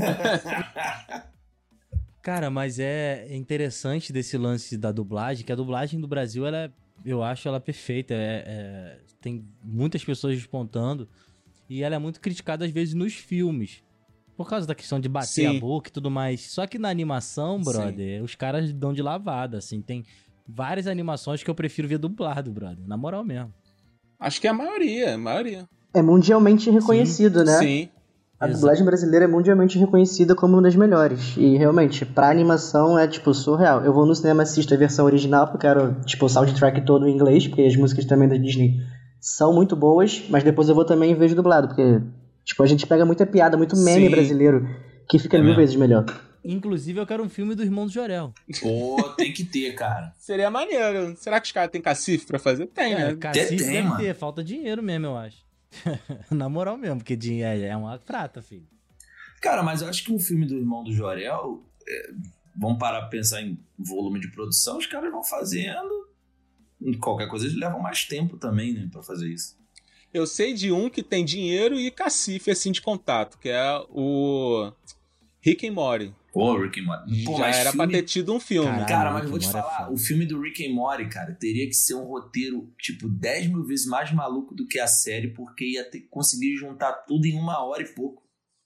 Cara, mas é interessante desse lance da dublagem, que a dublagem do Brasil, eu acho ela perfeita. Tem muitas pessoas despontando e ela é muito criticada às vezes nos filmes. Por causa da questão de bater Sim. a boca e tudo mais. Só que na animação, brother, os caras dão de lavada, assim. Tem várias animações que eu prefiro ver dublado, brother. Na moral mesmo. Acho que é a maioria. É mundialmente reconhecido, né? Sim. A dublagem brasileira é mundialmente reconhecida como uma das melhores. E realmente, pra animação é, tipo, surreal. Eu vou no cinema assistir a versão original, porque eu quero, tipo, o soundtrack todo em inglês, porque as músicas também da Disney são muito boas, mas depois eu vou também e vejo dublado, porque, tipo, a gente pega muita piada, muito meme brasileiro, que fica mil vezes melhor. Inclusive, eu quero um filme do Irmão do Jorel. Pô, tem que ter, cara. Seria maneiro. Será que os caras têm cacife pra fazer? Tem, né? Cacife Tem, deve mano. ter, falta dinheiro mesmo, eu acho. Na moral mesmo, porque dinheiro é uma prata, filho. Cara, mas eu acho que um filme do Irmão do Jorel, vamos parar pra pensar em volume de produção, os caras vão fazendo. Qualquer coisa eles levam mais tempo também, né, pra fazer isso. Eu sei de um que tem dinheiro e cacife, assim, de contato, que é o Rick and Morty. Pô, Rick and Morty. Pô, Já mas era pra ter tido um filme. Caralho. Cara, mas eu vou Rick te and Morty é falar, foda. o filme do Rick and Morty, cara, teria que ser um roteiro, tipo, 10 mil vezes mais maluco do que a série, porque ia ter que conseguir juntar tudo em 1 hora e pouco.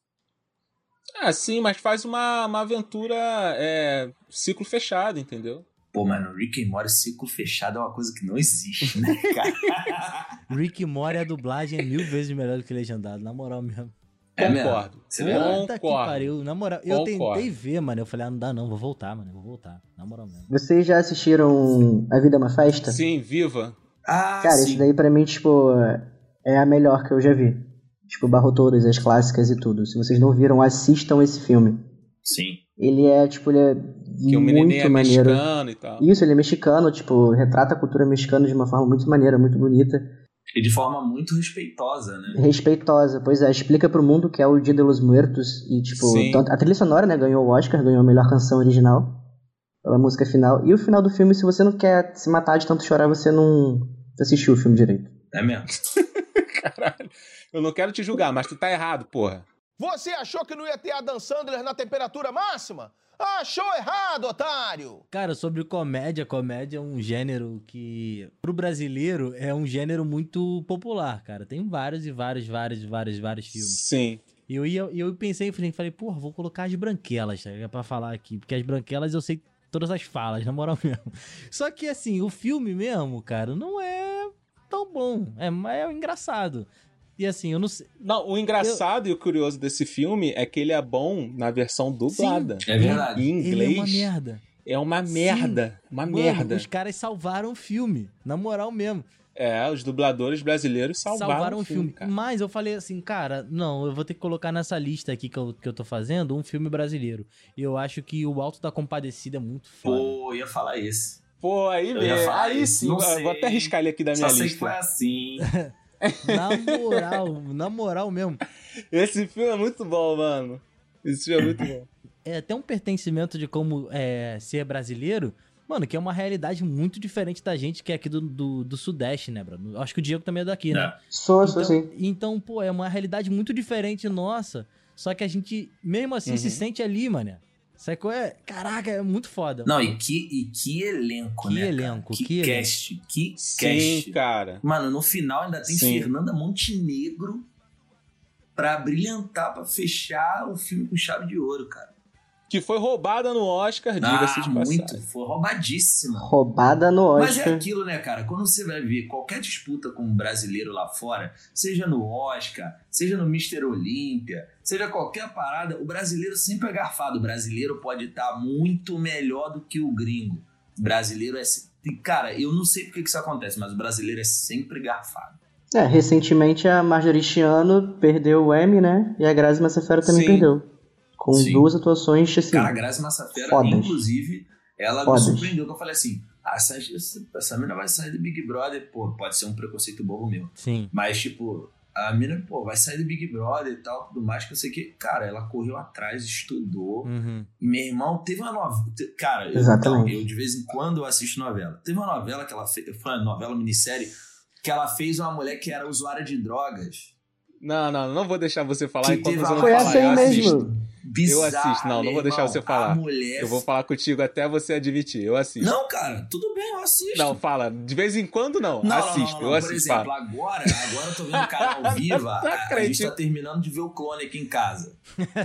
Ah, sim, mas faz uma aventura ciclo fechado, entendeu? Pô, mano, Rick and Morty ciclo fechado é uma coisa que não existe, né, cara? Rick e Morty, a dublagem é 1000 vezes melhor do que legendado, na moral mesmo. É mesmo? Concordo. Você vê lá? Puta que Concordo. pariu, na moral. Eu Concordo. tentei ver, mano. Eu falei, não dá não, vou voltar, mano. Eu vou voltar, na moral mesmo. Vocês já assistiram A Vida é uma Festa? Sim, viva. Ah, Cara, sim. esse daí pra mim, tipo, é a melhor que eu já vi. Tipo, barrou todas as clássicas e tudo. Se vocês não viram, assistam esse filme. Sim. Ele é, tipo, ele é Que o menininho muito é maneiro. mexicano e tal. Isso, ele é mexicano, tipo, retrata a cultura mexicana de uma forma muito maneira, muito bonita. E de forma muito respeitosa, né? Respeitosa, pois é, explica pro mundo que é o Dia de los Muertos. E, tipo, Sim. a trilha sonora, né, ganhou o Oscar, ganhou a melhor canção original, pela música final. E o final do filme, se você não quer se matar de tanto chorar, você não assistiu o filme direito. É mesmo? Caralho. Eu não quero te julgar, mas tu tá errado, porra. Você achou que não ia ter Adam Sandler na temperatura máxima? Achou errado, otário! Cara, sobre comédia é um gênero que, pro brasileiro, é um gênero muito popular, cara. Tem vários filmes. Sim. E eu pensei, falei, porra, vou colocar as branquelas, tá, pra falar aqui. Porque as branquelas eu sei todas as falas, na moral mesmo. Só que, assim, o filme mesmo, cara, não é tão bom. É engraçado. E assim, eu não sei... Não, o engraçado e o curioso desse filme é que ele é bom na versão dublada. É verdade. Em Ele inglês é uma merda. é uma merda. Uma Mano, merda. os caras salvaram o filme, na moral mesmo. Os dubladores brasileiros salvaram o filme, cara. Mas eu falei assim, cara, não, eu vou ter que colocar nessa lista aqui que eu tô fazendo um filme brasileiro. E eu acho que o Alto da Compadecida é muito foda. Pô, eu ia falar esse. Pô, aí Eu ia mesmo. falar Aí isso, sim, não eu sei. vou até arriscar ele aqui da minha Só sei lista. que foi assim. Na moral mesmo. Esse filme é muito bom, mano. Esse filme é muito bom. É até um pertencimento de como ser brasileiro, mano, que é uma realidade muito diferente da gente que é aqui do Sudeste, né, bro? Acho que o Diego também é daqui, né? Sou sim. Então, pô, é uma realidade muito diferente nossa, só que a gente, mesmo assim, se sente ali, mané. Sabe qual é? Caraca, é muito foda. Não, e que elenco, Que né? elenco, cara? que cast. Que Sim, cast. cara. Mano, no final ainda tem Sim. Fernanda Montenegro pra brilhantar, pra fechar o filme com chave de ouro, cara. Que foi roubada no Oscar, diga-se de passagem. muito. Foi roubadíssima. Roubada no Mas é Oscar. aquilo, né, cara? Quando você vai ver qualquer disputa com um brasileiro lá fora, seja no Oscar, seja no Mr. Olímpia, seja qualquer parada, o brasileiro sempre é garfado. O brasileiro pode estar muito melhor do que o gringo. O brasileiro é... Cara, eu não sei porque que isso acontece, mas o brasileiro é sempre garfado. Recentemente a Marjorie Chiano perdeu o Emmy, né? E a Grazi Massafera também Sim. perdeu. Com Sim. 2 atuações, assim, Cara, a Grazi Massafera, fodas. inclusive, ela Fodas. me surpreendeu, que eu falei assim, essa mina vai sair do Big Brother, pô, pode ser um preconceito bobo meu. Sim. Mas, tipo, a mina, pô, vai sair do Big Brother e tal, tudo mais, que eu sei que... Cara, ela correu atrás, estudou. Uhum. E meu irmão teve uma novela... Cara, Exatamente. eu de vez em quando eu assisto novela. Teve uma novela que ela fez... Foi uma novela, minissérie, que ela fez uma mulher que era usuária de drogas. Não vou deixar você falar Que enquanto teve você não uma- Foi falar. essa aí Eu assisto. mesmo. Bizarro, Eu assisto, não vou meu deixar irmão. você falar. A mulher... Eu vou falar contigo até você admitir, eu assisto. Não, cara, tudo bem, eu assisto. Não, fala. De vez em quando, não. Não, assisto, não. eu assisto. Por exemplo, fala. agora eu tô vendo o canal Viva, Não a gente acredito. tá terminando de ver o clone aqui em casa.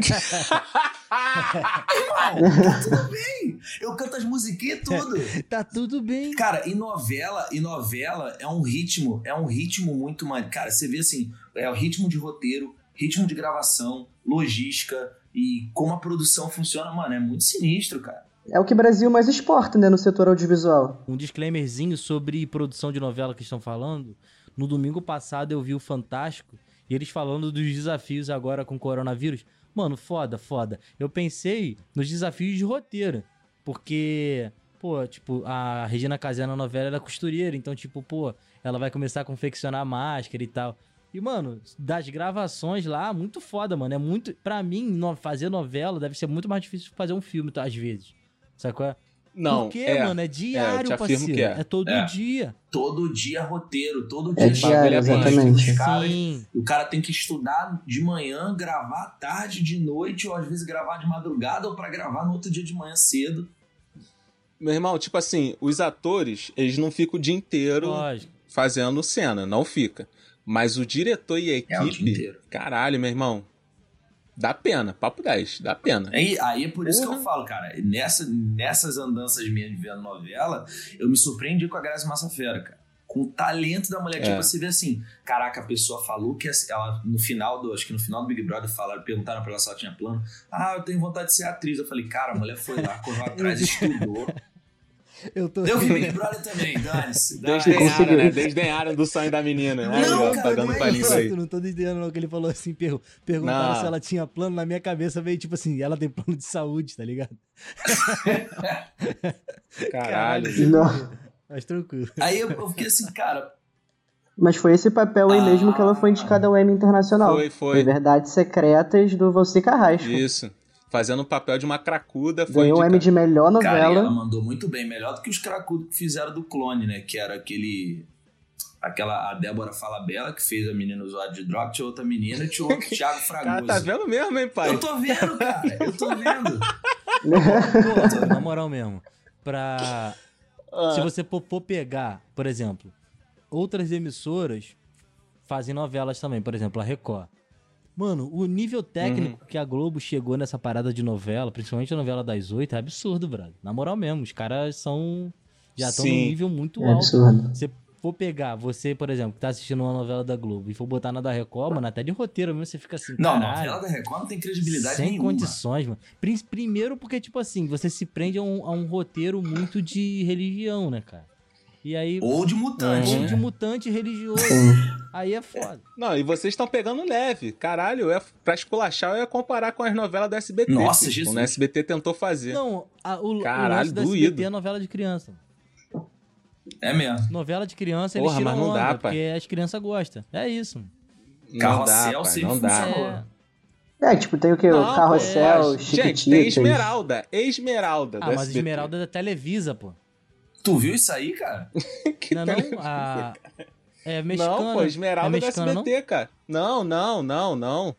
Irmão, tá tudo bem. Eu canto as musiquinhas e tudo. Tá tudo bem. Cara, e novela é um ritmo muito mais... Cara, você vê assim, é o ritmo de roteiro, ritmo de gravação, logística e como a produção funciona, mano, é muito sinistro, cara. É o que o Brasil mais exporta, né, no setor audiovisual. Um disclaimerzinho sobre produção de novela que estão falando. No domingo passado eu vi o Fantástico e eles falando dos desafios agora com o coronavírus. Mano, foda. Eu pensei nos desafios de roteiro. Porque, pô, tipo, a Regina Casé na novela era costureira. Então, tipo, pô, ela vai começar a confeccionar máscara e tal. E, mano, das gravações lá, muito foda, mano. É muito... Pra mim, fazer novela deve ser muito mais difícil que fazer um filme, às vezes. Sabe qual é? Não, Porque, mano, é diário, eu te afirmo parceiro. que é. É todo dia. Todo dia roteiro, todo É dia diário, exatamente. Os caras, Sim. o cara tem que estudar de manhã, gravar à tarde, de noite, ou às vezes gravar de madrugada, ou pra gravar no outro dia de manhã cedo. Meu irmão, tipo assim, os atores, eles não ficam o dia inteiro Lógico. fazendo cena, não fica. Mas o diretor e a É o dia equipe, inteiro. caralho, meu irmão, dá pena, papo 10, dá pena. Aí é por isso que Porra. eu falo, cara, nessas andanças minhas de vendo novela, eu me surpreendi com a Grazi Massafera, cara. Com o talento da mulher. É. Tipo, você vê assim, caraca, a pessoa falou que ela, no final do Big Brother, perguntaram pra ela se ela tinha plano. Ah, eu tenho vontade de ser atriz. Eu falei, cara, a mulher foi lá, correu atrás, estudou. Eu tô... Eu vi Big Brother também, dane-se. Desdenharam, né? Desdenharam do sonho da menina. Aí, Não, ó, cara, pagando não é palhinho isso. aí. Eu não tô entendendo não que ele falou assim, perguntaram Não. se ela tinha plano, na minha cabeça veio tipo assim, ela tem plano de saúde, tá ligado? Caralho. Não. Mas tranquilo. Aí eu fiquei assim, cara, Mas foi esse papel aí mesmo que ela foi indicada ao Emmy Internacional. Foi. Verdades Secretas do Você Carrasco. Isso. Fazendo o papel de uma cracuda. Foi Ganhou o Emmy de melhor cara, e ela novela. mandou muito bem, melhor do que os cracudos que fizeram do clone, né? Que era a Débora Falabella, que fez a menina usuária de droga, tinha outra menina e tinha outro Thiago Cara, Fragoso. tá vendo mesmo, hein, pai? Eu tô vendo, cara, eu tô vendo. Pô, na moral mesmo, Ah. se você for pegar, por exemplo, outras emissoras fazem novelas também, por exemplo, a Record. Mano, o nível técnico que a Globo chegou nessa parada de novela, principalmente a novela das 8, é absurdo, brother. Na moral mesmo, os caras já estão num Sim. nível muito É alto. absurdo. Você for pegar, você, por exemplo, que tá assistindo uma novela da Globo e for botar na da Record, mano, até de roteiro mesmo, você fica assim, Não, caralho. novela da Record não tem credibilidade Sem nenhuma. condições, mano. Primeiro porque, tipo assim, você se prende a um roteiro muito de religião, né, cara? E aí... Ou de mutante, Ou né? de mutante religioso. Aí é foda. Não, e vocês estão pegando leve. Caralho, pra esculachar, eu ia comparar com as novelas do SBT. Nossa, filho. Jesus. Quando o SBT tentou fazer. Não, o Caralho, lance do doído. SBT é novela de criança. É mesmo. Novela de criança, eles Porra, tiram mas não onda, dá, pai. porque as crianças gostam. É isso. Não Carrossel dá, pai, sempre não dá. funcionou. É, tipo, tem o que? O Não, Carrossel, Gente, tem Chiquititas. Esmeralda Ah, do mas SBT. Esmeralda é da Televisa, pô. Tu viu isso aí, cara? Não, não? É mexicana. Não, pô, Esmeralda é do mexicana, SBT, cara. Não.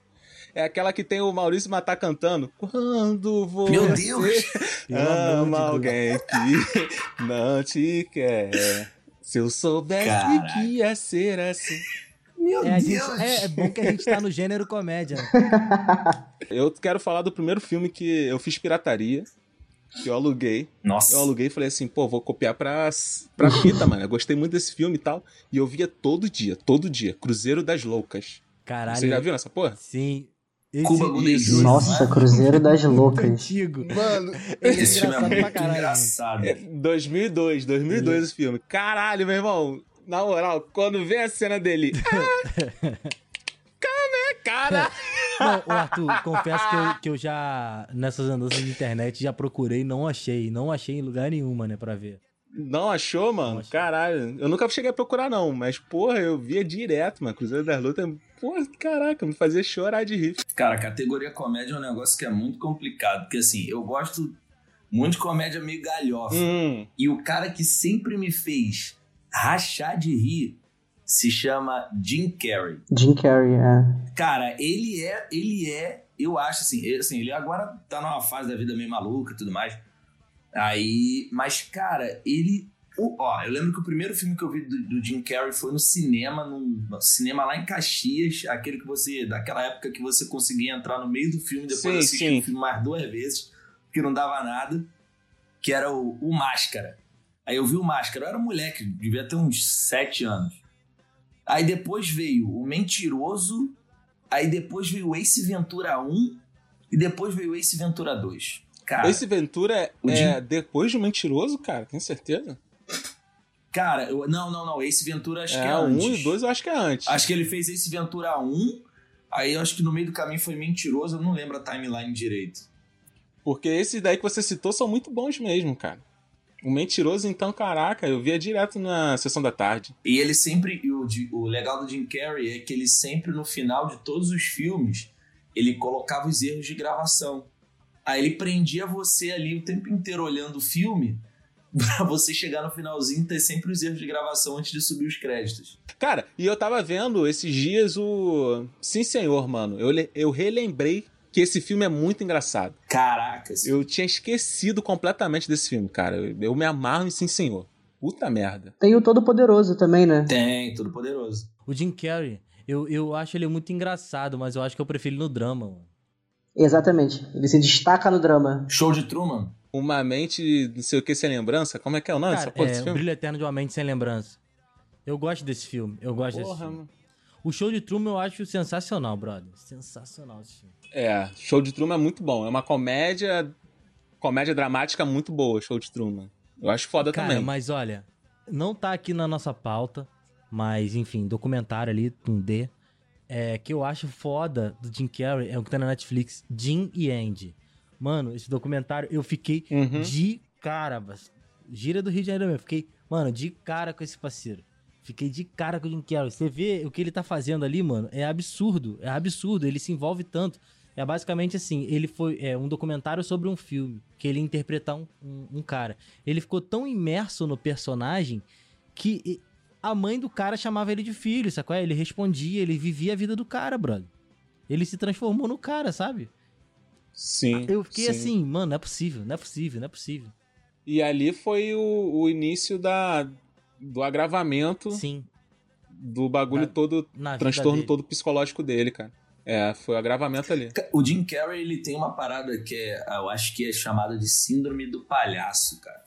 É aquela que tem o Maurício Matar cantando. Quando você Meu Deus! ama alguém que não te quer. Se eu soubesse Caraca. que ia ser assim. Meu É, Deus! é bom que a gente tá no gênero comédia, né? Eu quero falar do primeiro filme que eu fiz pirataria, que eu aluguei. Nossa. Eu aluguei e falei assim, pô, vou copiar pra fita, mano. Eu gostei muito desse filme e tal. E eu via todo dia. Cruzeiro das Loucas. Caralho. Você já viu essa porra? Sim. Cuba Gooding Jr. Nossa, Cruzeiro das Loucas. Antigo. Mano, Ele é Esse filme é engraçado pra muito caralho. engraçado. 2002 esse filme. Caralho, meu irmão. Na moral, quando vem a cena dele... Cara! Não, ô Arthur, confesso que eu já, nessas andanças de internet, já procurei, não achei em lugar nenhum, né, pra ver. Não achou, mano? Não achei. Caralho. Eu nunca cheguei a procurar, não. Mas, porra, eu via direto, mano. Cruzeiro das Lutas. Porra, caraca, me fazia chorar de rir. Cara, a categoria comédia é um negócio que é muito complicado. Porque, assim, eu gosto muito de comédia meio galhofa. E o cara que sempre me fez rachar de rir se chama Jim Carrey. Jim Carrey, é. Cara, ele é, eu acho assim, ele agora tá numa fase da vida meio maluca e tudo mais. Aí, mas cara, eu lembro que o primeiro filme que eu vi do Jim Carrey foi no cinema lá em Caxias, daquela época que você conseguia entrar no meio do filme, depois assistir o filme mais 2 vezes, que não dava nada, que era o Máscara. Aí eu vi o Máscara, eu era moleque, devia ter uns 7 anos. Aí depois veio o Mentiroso, aí depois veio o Ace Ventura 1 e depois veio o Ace Ventura 2. Cara, Ace Ventura depois do Mentiroso, cara? Tem certeza? Cara, não. Ace Ventura acho que é o antes. 1 e o 2 eu acho que é antes. Acho que ele fez Ace Ventura 1, aí eu acho que no meio do caminho foi Mentiroso, eu não lembro a timeline direito. Porque esses daí que você citou são muito bons mesmo, cara. O Mentiroso, então, caraca, eu via direto na sessão da tarde. E ele sempre, o legal do Jim Carrey é que ele sempre, no final de todos os filmes, ele colocava os erros de gravação. Aí ele prendia você ali o tempo inteiro olhando o filme, pra você chegar no finalzinho e ter sempre os erros de gravação antes de subir os créditos. Cara, e eu tava vendo esses dias o... Sim, senhor, mano. Eu relembrei que esse filme é muito engraçado. Caracas. Eu tinha esquecido completamente desse filme, cara. Eu me amarro em Sim, senhor. Puta merda. Tem o Todo-Poderoso também, né? Tem, Todo Poderoso. O Jim Carrey, eu acho ele muito engraçado, mas eu acho que eu prefiro ele no drama, mano. Exatamente. Ele se destaca no drama. Show de Truman. Uma mente, não sei o que, sem lembrança? Como é que é o nome dessa Cara, porra desse O filme? Brilho Eterno de uma Mente Sem Lembrança. Eu gosto desse filme, Porra, O Show de Truman eu acho sensacional, brother. Sensacional esse filme. Show de Truman é muito bom. É uma comédia dramática muito boa, Show de Truman. Eu acho foda Cara, também. mas olha, não tá aqui na nossa pauta, mas enfim, documentário ali, um D, que eu acho foda do Jim Carrey, é o que tá na Netflix, Jim e Andy. Mano, esse documentário eu fiquei de cara, gira do Rio de Janeiro mesmo, fiquei, mano, de cara com esse parceiro. Fiquei de cara com o Jim Carrey. Você vê o que ele tá fazendo ali, mano, é absurdo, ele se envolve tanto. É basicamente assim, ele foi um documentário sobre um filme, que ele ia interpretar um cara. Ele ficou tão imerso no personagem que a mãe do cara chamava ele de filho, sacou? Ele respondia, ele vivia a vida do cara, brother. Ele se transformou no cara, sabe? Sim. Eu fiquei sim. assim, mano, não é possível. E ali foi o início do agravamento Sim. do bagulho todo, na vida transtorno dele. todo psicológico dele, cara. Foi o agravamento ali. O Jim Carrey, ele tem uma parada que eu acho que é chamada de síndrome do palhaço, cara.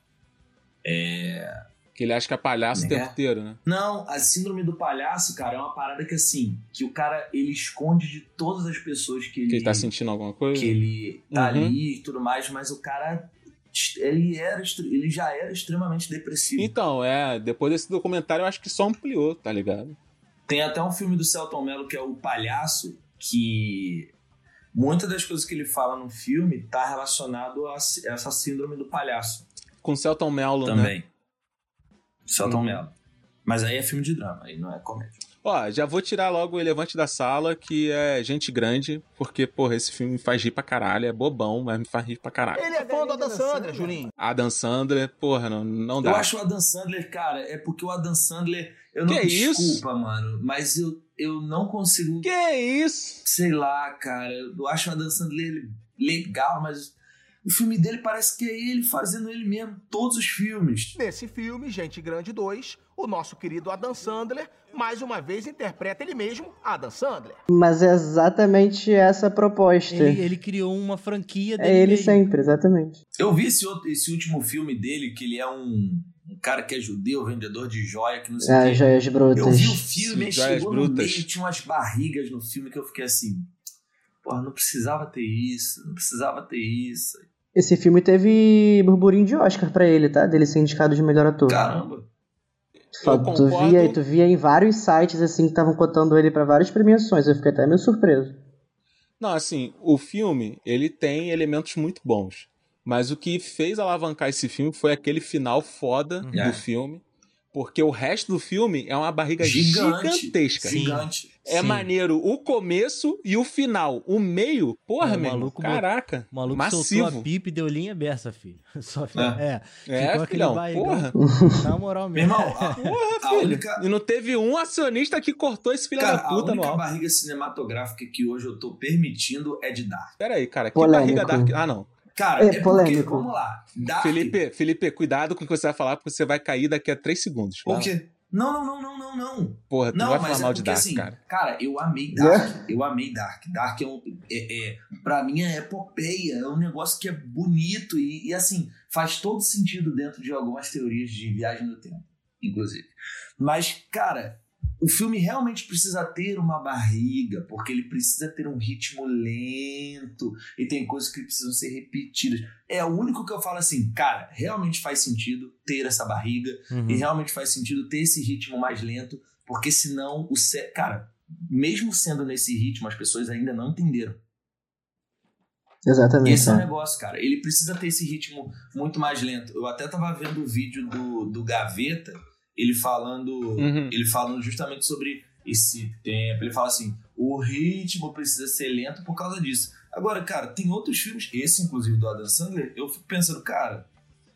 Que ele acha que é palhaço o tempo inteiro, né? Não, a síndrome do palhaço, cara, é uma parada que assim, que o cara, ele esconde de todas as pessoas que ele tá sentindo alguma coisa. Que ele tá ali e tudo mais, mas o cara, ele já era extremamente depressivo. Então, depois desse documentário eu acho que só ampliou, tá ligado? Tem até um filme do Selton Mello que é O Palhaço, que muitas das coisas que ele fala no filme tá relacionado a essa síndrome do palhaço. Com Selton Mello, também. né? Selton Mello. Mas aí é filme de drama, aí não é comédia. Ó, já vou tirar logo o elefante da sala, que é Gente Grande, porque, porra, esse filme me faz rir pra caralho. É bobão, mas me faz rir pra caralho. Ele é fã do Adam Sandler, Julinho. Adam Sandler, porra, não dá. Eu acho o Adam Sandler, cara, é porque o Adam Sandler... Eu não Que desculpa, isso? Mano, mas eu não consigo... Que isso? Sei lá, cara, eu acho o Adam Sandler legal, mas o filme dele parece que é ele fazendo ele mesmo, todos os filmes. Nesse filme, Gente Grande 2, o nosso querido Adam Sandler, mais uma vez, interpreta ele mesmo, Adam Sandler. Mas é exatamente essa a proposta. Ele criou uma franquia dele É ele mesmo. sempre, exatamente. Eu vi esse último filme dele, que ele é um cara que é judeu, vendedor de joia, que não sei o quê. Joias Brutas. Eu vi o filme, Joias chegou no Brutas. meio, tinha umas barrigas no filme que eu fiquei assim... Porra, não precisava ter isso, não precisava ter isso. Esse filme teve burburinho de Oscar pra ele, tá? Dele ser indicado de melhor ator. Caramba. Eu Tu concordo. via em vários sites assim que estavam cotando ele pra várias premiações. Eu fiquei até meio surpreso. Não, assim, o filme, ele tem elementos muito bons. Mas o que fez alavancar esse filme foi aquele final foda É. do filme. Porque o resto do filme é uma barriga Gigante. gigantesca. Sim. Gigante. É Sim. maneiro o começo e o final. O meio, porra, É, o meu irmão, maluco caraca, O maluco massivo. soltou a pipa e deu linha beça, filho. Só ficou É, aquele filhão, barrigão. porra. Na moral Meu mesmo. irmão, Porra, a filho. única... E não teve um acionista que cortou esse filho Cara, da puta a no única alto. barriga cinematográfica que hoje eu tô permitindo é de Dark. Pera aí, cara, que Polêmico. barriga Dark... Ah, não. Cara, É porque, polêmico. vamos lá, Dark... Felipe, cuidado com o que você vai falar, porque você vai cair daqui a 3 segundos. O Vai lá. quê? Não. Porra, tu Não, vai mas falar é mal de porque Dark, assim, cara. eu amei Dark. Eu amei Dark. Dark pra mim é epopeia, é um negócio que é bonito e assim, faz todo sentido dentro de algumas teorias de viagem no tempo, inclusive. Mas, cara, o filme realmente precisa ter uma barriga, porque ele precisa ter um ritmo lento e tem coisas que precisam ser repetidas. É o único que eu falo assim, cara, realmente faz sentido ter essa barriga e realmente faz sentido ter esse ritmo mais lento, porque senão cara, mesmo sendo nesse ritmo, as pessoas ainda não entenderam. Exatamente. Esse é o negócio, cara. Ele precisa ter esse ritmo muito mais lento. Eu até tava vendo o vídeo do Gaveta, ele falando justamente sobre esse tempo. Ele fala assim, o ritmo precisa ser lento por causa disso. Agora, cara, tem outros filmes, esse inclusive do Adam Sandler, eu fico pensando, cara,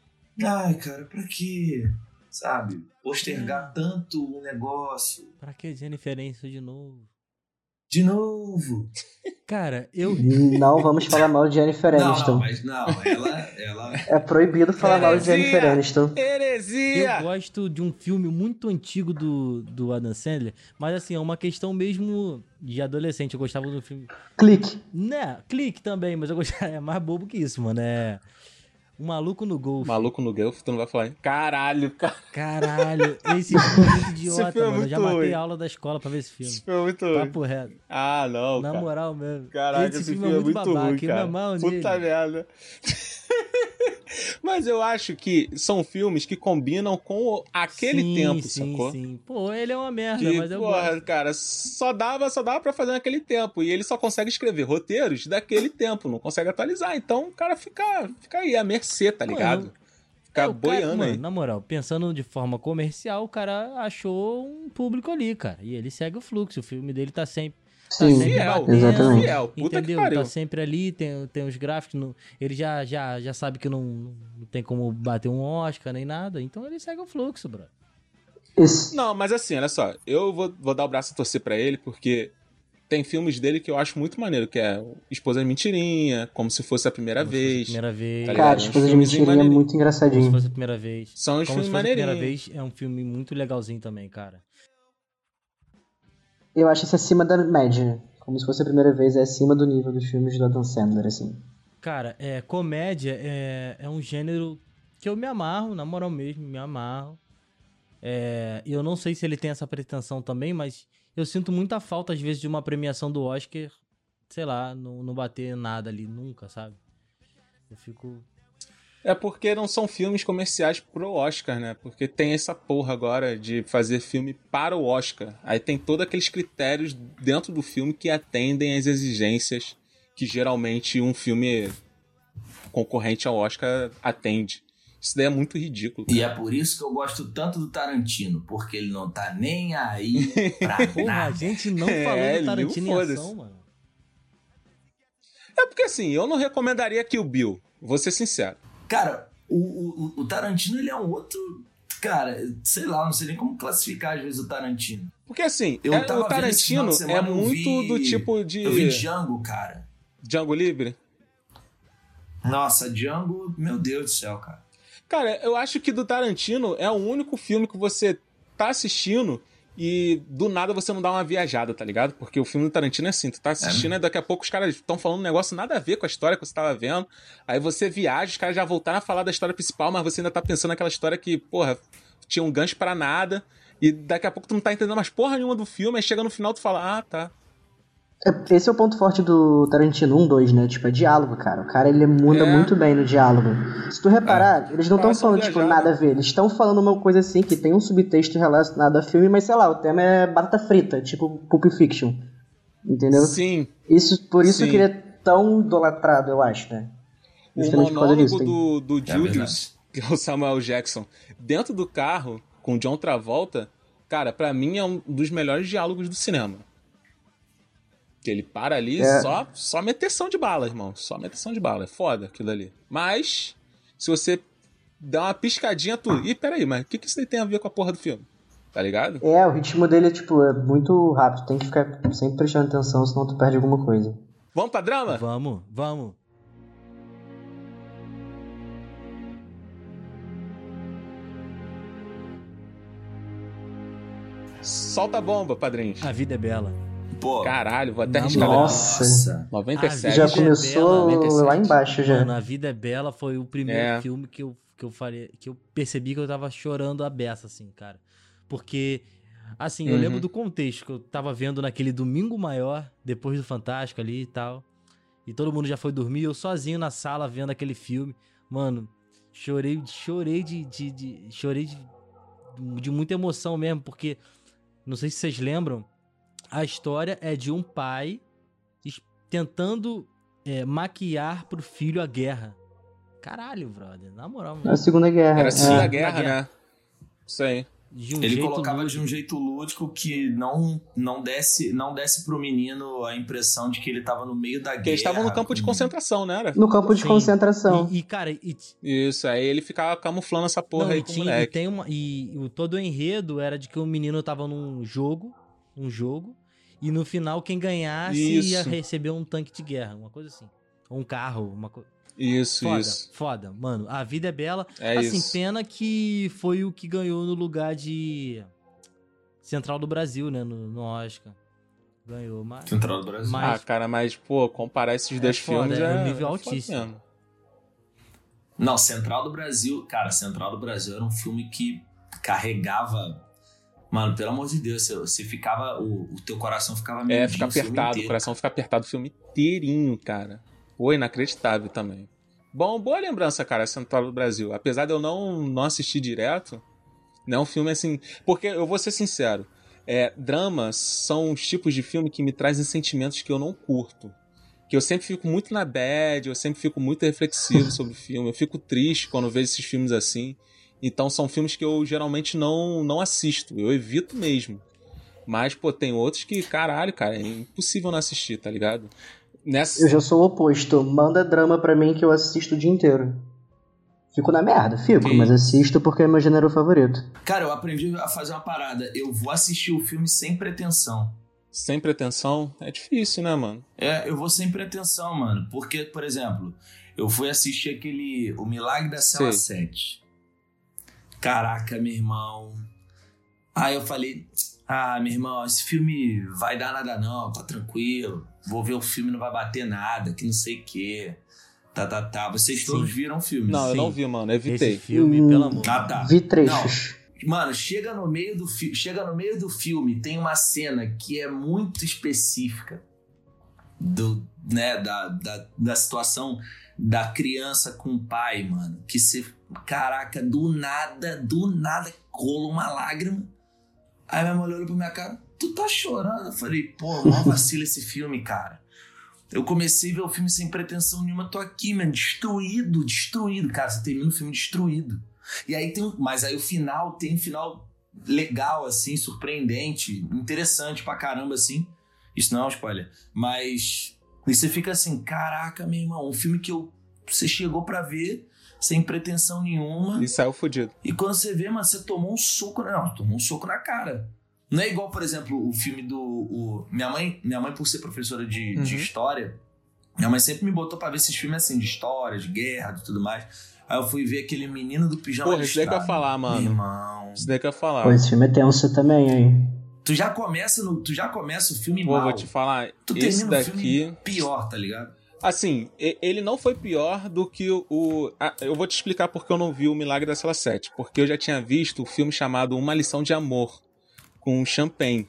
pra quê? Sabe? Postergar tanto um negócio. Pra que Jennifer Aniston de novo? De novo. Cara, eu... Não vamos falar mal de Jennifer Aniston. Ela... É proibido falar mal de Jennifer Aniston. Heresia! Eu gosto de um filme muito antigo do Adam Sandler, mas assim, é uma questão mesmo de adolescente. Eu gostava do filme... Clique. Né, Clique também, mas eu gostava... É mais bobo que isso, mano. É... O Maluco no Golfe. Maluco no Golfe, tu não vai falar, hein? Caralho, cara. Caralho, esse filme é muito idiota, filme é mano. Eu já muito matei ruim. a aula da escola pra ver esse filme. Esse filme é muito ruim. Papo reto. Ah, não, Na cara. moral mesmo. Caraca, esse filme é muito babaca, ruim, eu me cara. amarro Puta nele. merda. Mas eu acho que são filmes que combinam com aquele Sim, tempo, sim, sacou? Sim. Pô, ele é uma merda, Que, mas eu porra, gosto. cara, só dava pra fazer naquele tempo. E ele só consegue escrever roteiros daquele tempo, não consegue atualizar. Então o cara fica aí à mercê, tá ligado? Fica O cara, boiando aí. mano, na moral, pensando de forma comercial, o cara achou um público ali, cara. E ele segue o fluxo. O filme dele tá sempre. Sim, sempre Fiel, batendo, exatamente. fiel. Puta entendeu? que pariu. Tá sempre ali, tem os gráficos. Ele já sabe que não tem como bater um Oscar nem nada. Então ele segue o fluxo, bro. Esse. Não, mas assim, olha só. Eu vou dar o braço a torcer pra ele, porque tem filmes dele que eu acho muito maneiro, que é Esposa de Mentirinha, Como Se Fosse a Primeira Como se fosse a Vez. primeira vez. Tá ligado? Cara, Uns Esposa de filmezinho Mentirinha é maneirinho. muito Como se engraçadinho. fosse a primeira vez. São os Como filmes se fosse a primeira maneirinhos. vez é um filme muito legalzinho também, cara. Eu acho isso acima da média. Como se fosse a primeira vez, é acima do nível dos filmes do Adam Sandler, assim. Cara, comédia é um gênero que eu me amarro, na moral mesmo, me amarro. E eu não sei se ele tem essa pretensão também, mas eu sinto muita falta, às vezes, de uma premiação do Oscar, sei lá, não bater nada ali, nunca, sabe? Eu fico... É porque não são filmes comerciais pro Oscar, né? Porque tem essa porra agora de fazer filme para o Oscar. Aí tem todos aqueles critérios dentro do filme que atendem às exigências que geralmente um filme concorrente ao Oscar atende. Isso daí é muito ridículo. E é por isso que eu gosto tanto do Tarantino, porque ele não tá nem aí pra Porra, a nada. gente não falou do Tarantino em ação, mano. É porque assim, eu não recomendaria Kill Bill, vou ser sincero. Cara, o Tarantino, ele é um outro... Cara, sei lá, não sei nem como classificar às vezes o Tarantino. Porque assim, Eu tava o vendo esse final Tarantino de semana, é muito do tipo de... Eu vi Django, cara. Django Livre? Nossa, Django, meu Deus do céu, cara. Cara, eu acho que do Tarantino é o único filme que você tá assistindo e do nada você não dá uma viajada, tá ligado? Porque o filme do Tarantino é assim, tu tá assistindo e daqui a pouco os caras estão falando um negócio nada a ver com a história que você tava vendo, aí você viaja, os caras já voltaram a falar da história principal, mas você ainda tá pensando naquela história que, porra, tinha um gancho pra nada, e daqui a pouco tu não tá entendendo mais porra nenhuma do filme, aí chega no final tu fala, ah, tá. Esse é o ponto forte do Tarantino 1, 2, né? Tipo, é diálogo, cara. O cara, ele muda muito bem no diálogo. Se tu reparar, eles não estão falando, tipo, nada a ver. Eles estão falando uma coisa assim, que tem um subtexto relacionado ao filme, mas sei lá, o tema é batata frita, tipo Pulp Fiction. Entendeu? Sim. Por isso que ele é tão idolatrado, eu acho, né? O monólogo do Julius, que é o Samuel Jackson, dentro do carro, com o John Travolta, cara, pra mim é um dos melhores diálogos do cinema. Que ele para ali só meteção de bala, irmão. Só meteção de bala. É foda aquilo ali. Mas, se você dá uma piscadinha, tu... Ih, peraí, mas o que isso daí tem a ver com a porra do filme? Tá ligado? O ritmo dele, tipo, é muito rápido. Tem que ficar sempre prestando atenção, senão tu perde alguma coisa. Vamos pra drama? Vamos. Solta a bomba, padrinho. A Vida é Bela. Pô, caralho, vou até arriscar. Nossa. 97. Já começou 97. Lá embaixo já. Mano, A Vida é Bela foi o primeiro filme que eu percebi que eu tava chorando a beça, assim, cara. Porque, assim, eu lembro do contexto que eu tava vendo naquele domingo maior, depois do Fantástico ali e tal. E todo mundo já foi dormir, eu sozinho na sala vendo aquele filme. Mano, chorei de muita emoção mesmo, porque, não sei se vocês lembram, a história é de um pai tentando maquiar pro filho a guerra. Caralho, brother. Na moral. A Segunda Guerra. Era a Segunda Guerra, né? Isso aí. Ele colocava de um jeito lúdico que não desse pro menino a impressão de que ele tava no meio da guerra. Porque eles estavam no campo de concentração, né? Era? No campo de concentração. Cara... Isso, aí ele ficava camuflando essa porra aí com o moleque. Todo o enredo era de que o menino tava num jogo, e no final quem ganhasse ia receber um tanque de guerra, uma coisa assim. Ou um carro, uma coisa... Isso. Foda, mano. A Vida é Bela. É assim, isso. Pena que foi o que ganhou no lugar de Central do Brasil, né? No Oscar. Ganhou, mas... Central do Brasil. Cara, mas, pô, comparar esses dois filmes é um nível altíssimo. Não, Central do Brasil... Cara, Central do Brasil era um filme que carregava... Mano, pelo amor de Deus, você ficava... O teu coração ficava meio... fica apertado, o coração fica apertado o filme inteirinho, cara. Pô, inacreditável também. Bom, boa lembrança, cara, Central do Brasil. Apesar de eu não assistir direto, não é um filme assim... Porque, eu vou ser sincero, dramas são os tipos de filme que me trazem sentimentos que eu não curto. Que eu sempre fico muito na bad, eu sempre fico muito reflexivo sobre o filme. Eu fico triste quando vejo esses filmes assim. Então são filmes que eu geralmente não assisto. Eu evito mesmo. Mas, pô, tem outros que, caralho, cara, é impossível não assistir, tá ligado? Eu já sou o oposto. Manda drama pra mim que eu assisto o dia inteiro. Fico na merda, mas assisto porque é meu gênero favorito. Cara, eu aprendi a fazer uma parada. Eu vou assistir o filme sem pretensão. Sem pretensão? É difícil, né, mano? Eu vou sem pretensão, mano. Porque, por exemplo, eu fui assistir O Milagre da Cela 7. Caraca, meu irmão. Aí eu falei... meu irmão, esse filme vai dar nada não, tá tranquilo. Vou ver o filme, não vai bater nada, que não sei o quê. Tá. Vocês todos viram o filme? Não, eu não vi, mano, evitei. Esse filme, pelo amor. Tá. Vi trechos. Não. Mano, chega no meio do filme, tem uma cena que é muito específica da situação da criança com o pai, mano. Que caraca, do nada, rola uma lágrima. Aí minha mulher olhou pra minha cara, tu tá chorando? Eu falei, pô, mó vacila esse filme, cara. Eu comecei a ver o filme sem pretensão nenhuma, tô aqui, mano, destruído. Cara, você termina o filme destruído. E aí mas aí o final tem um final legal, assim, surpreendente, interessante pra caramba, assim. Isso não é um spoiler. Mas e você fica assim, caraca, meu irmão, um filme que você chegou pra ver sem pretensão nenhuma. E saiu fodido. E quando você vê, mano, você tomou um soco. Não, tomou um soco na cara. Não é igual, por exemplo, o filme Minha mãe, por ser professora de história, minha mãe sempre me botou pra ver esses filmes assim, de história, de guerra, de tudo mais. Aí eu fui ver aquele Menino do Pijama Porra, isso daí que eu ia falar, mano. Meu irmão. Isso daí que eu ia falar. Pô, esse filme é tenso também, hein? Tu já começa o filme Pô, mal. vou te falar, Tu esse termina daqui... o filme pior, tá ligado? Assim, ele não foi pior do que eu vou te explicar porque eu não vi o Milagre da Cela 7. Porque eu já tinha visto o filme chamado Uma Lição de Amor, com Champagne.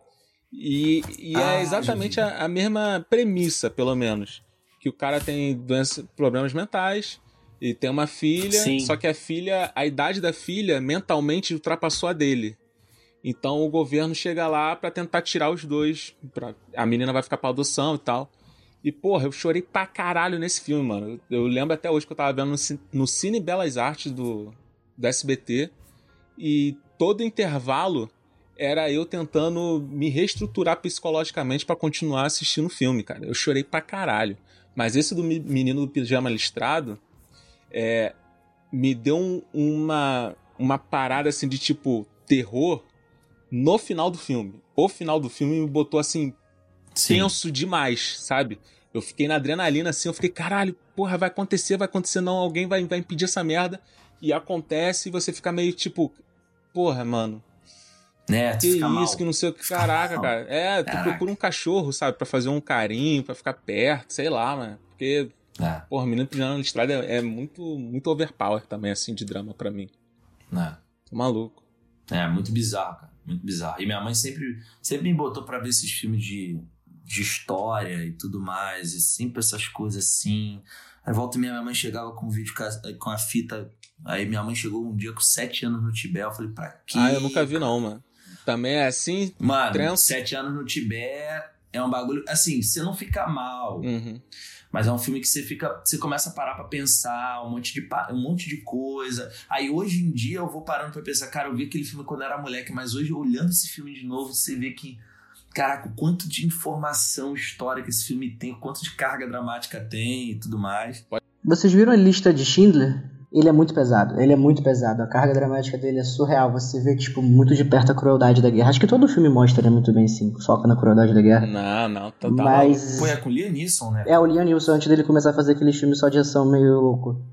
E é exatamente a mesma premissa, pelo menos. Que o cara tem problemas mentais e tem uma filha, Sim. Só que a idade da filha mentalmente ultrapassou a dele. Então o governo chega lá pra tentar tirar os dois. A menina vai ficar pra adoção e tal. E, porra, eu chorei pra caralho nesse filme, mano. Eu lembro até hoje que eu tava vendo no Cine Belas Artes do SBT. E todo intervalo era eu tentando me reestruturar psicologicamente pra continuar assistindo o filme, cara. Eu chorei pra caralho. Mas esse do Menino do Pijama Listrado me deu uma parada assim de tipo terror no final do filme. O final do filme me botou assim tenso demais, sabe? Eu fiquei na adrenalina assim, eu fiquei, caralho, porra, vai acontecer não, alguém vai impedir essa merda. E acontece e você fica meio tipo, porra, mano. Tu Que fica isso, mal. que não sei o que, caraca, cara. Tu procura um cachorro, sabe, pra fazer um carinho, pra ficar perto, sei lá, mano. Porque, porra, Menino Pijama Listrado é muito, muito overpower também, assim, de drama pra mim. Tô maluco. Muito bizarro, cara. Muito bizarro. E minha mãe sempre me botou pra ver esses filmes de história e tudo mais. E sempre essas coisas assim. Aí volta e minha mãe chegava com um vídeo com a fita. Aí minha mãe chegou um dia com 7 anos no Tibete. Eu falei, pra quê? Eu nunca vi não, mano. Também é assim? Mano, trenço? 7 anos no Tibete é um bagulho... Assim, você não fica mal. Uhum. Mas é um filme que você começa a parar pra pensar um monte de coisa. Aí hoje em dia eu vou parando pra pensar, cara, eu vi aquele filme quando eu era moleque, mas hoje olhando esse filme de novo, você vê que, caraca, o quanto de informação histórica esse filme tem, o quanto de carga dramática tem e tudo mais. Vocês viram a lista de Schindler? Ele é muito pesado, a carga dramática dele é surreal, você vê, tipo, muito de perto a crueldade da guerra. Acho que todo filme mostra, né, muito bem, sim, foca na crueldade da guerra. Não, tá mas... Pô, é com o Liam Neeson, né? O Liam Neeson, antes dele começar a fazer aquele filme só de ação meio louco.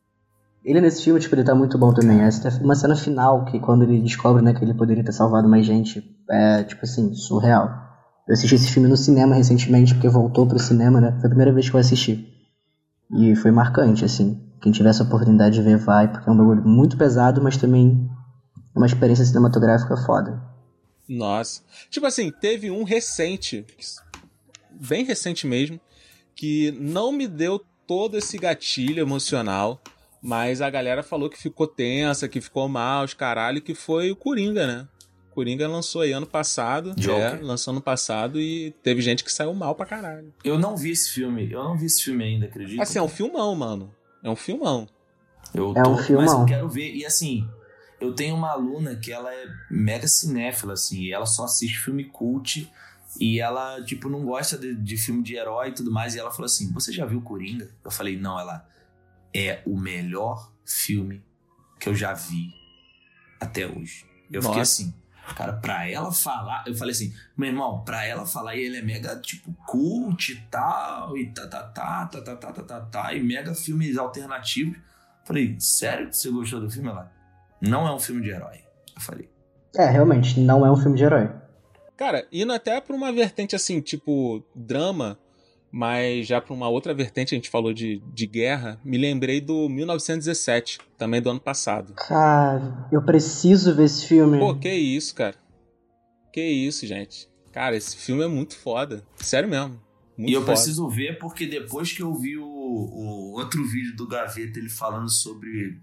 Ele nesse filme, tipo, ele tá muito bom também. Essa é uma cena final, que quando ele descobre, né, que ele poderia ter salvado mais gente, é, tipo assim, surreal. Eu assisti esse filme no cinema recentemente, porque voltou pro cinema, né, foi a primeira vez que eu assisti. E foi marcante, assim. Quem tiver essa oportunidade de ver, vai, porque é um bagulho muito pesado, mas também é uma experiência cinematográfica foda. Nossa. Tipo assim, teve um recente, bem recente mesmo, que não me deu todo esse gatilho emocional, mas a galera falou que ficou tensa, que ficou mal, os caralho, que foi o Coringa, né? O Coringa lançou aí ano passado. Lançou ano passado e teve gente que saiu mal pra caralho. Eu não vi esse filme ainda, acredito. Assim, é um filmão, mano. É um filmão. Um filmão. Mas eu quero ver. E assim, eu tenho uma aluna que ela é mega cinéfila, assim, e ela só assiste filme cult. E ela, tipo, não gosta de filme de herói e tudo mais. E ela falou assim, você já viu Coringa? Eu falei, não. Ela, é o melhor filme que eu já vi até hoje. Eu fiquei assim, cara, pra ela falar... Eu falei assim, meu irmão, pra ela falar, e ele é mega, tipo, cult e tal, e e mega filmes alternativos. Eu falei, sério que você gostou do filme? Ela, não é um filme de herói. Eu falei... realmente, não é um filme de herói. Cara, indo até pra uma vertente assim, tipo, drama, mas já pra uma outra vertente, a gente falou de guerra, me lembrei do 1917, também do ano passado. Cara, eu preciso ver esse filme. Pô, que isso, cara. Que isso, gente. Cara, esse filme é muito foda. Sério mesmo. Muito e eu foda. Preciso ver porque depois que eu vi o outro vídeo do Gaveta, ele falando sobre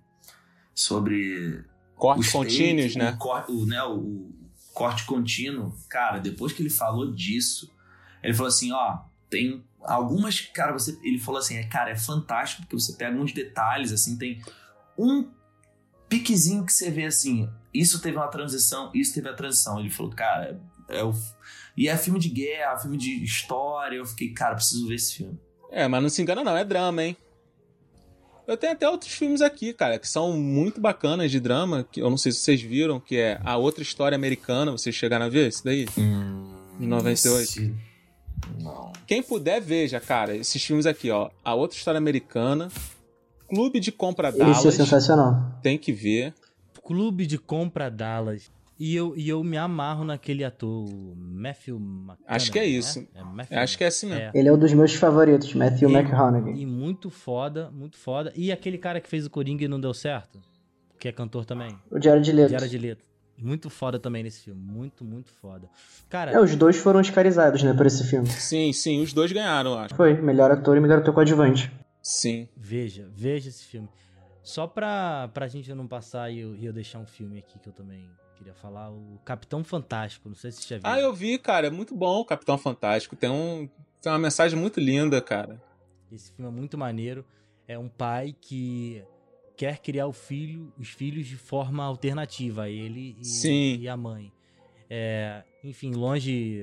cortes contínuos, né? O corte contínuo. Cara, depois que ele falou disso, ele falou assim, ó, tem algumas, cara, ele falou assim, cara, é fantástico, porque você pega uns detalhes, assim, tem um piquezinho que você vê assim, isso teve uma transição, isso teve a transição. Ele falou, cara, e é filme de guerra, filme de história. Eu fiquei, cara, preciso ver esse filme. Mas não se engana não, é drama, hein? Eu tenho até outros filmes aqui, cara, que são muito bacanas de drama, que eu não sei se vocês viram, que é A Outra História Americana. Vocês chegaram a ver esse daí? Em 98. Não. Quem puder, veja, cara, esses filmes aqui, ó. A Outra História Americana, Clube de Compra Dallas. Esse é sensacional. Tem que ver. Clube de Compra Dallas. E eu me amarro naquele ator, Matthew McConaughey. Acho que é isso. Acho que é assim mesmo. Ele é um dos meus favoritos, Matthew McConaughey. E muito foda, muito foda. E aquele cara que fez o Coringa e não deu certo, que é cantor também. O Jared Leto. Jared Leto. Muito foda também nesse filme. Muito, muito foda. Cara, os dois foram oscarizados, né, por esse filme. Sim, os dois ganharam, eu acho. Foi, melhor ator e melhor ator coadjuvante. Sim. Veja esse filme. Só pra gente não passar e eu deixar um filme aqui que eu também queria falar, o Capitão Fantástico, não sei se você já viu. Eu vi, cara, é muito bom o Capitão Fantástico, tem uma mensagem muito linda, cara. Esse filme é muito maneiro, é um pai que quer criar os filhos de forma alternativa, ele e a mãe. Enfim, longe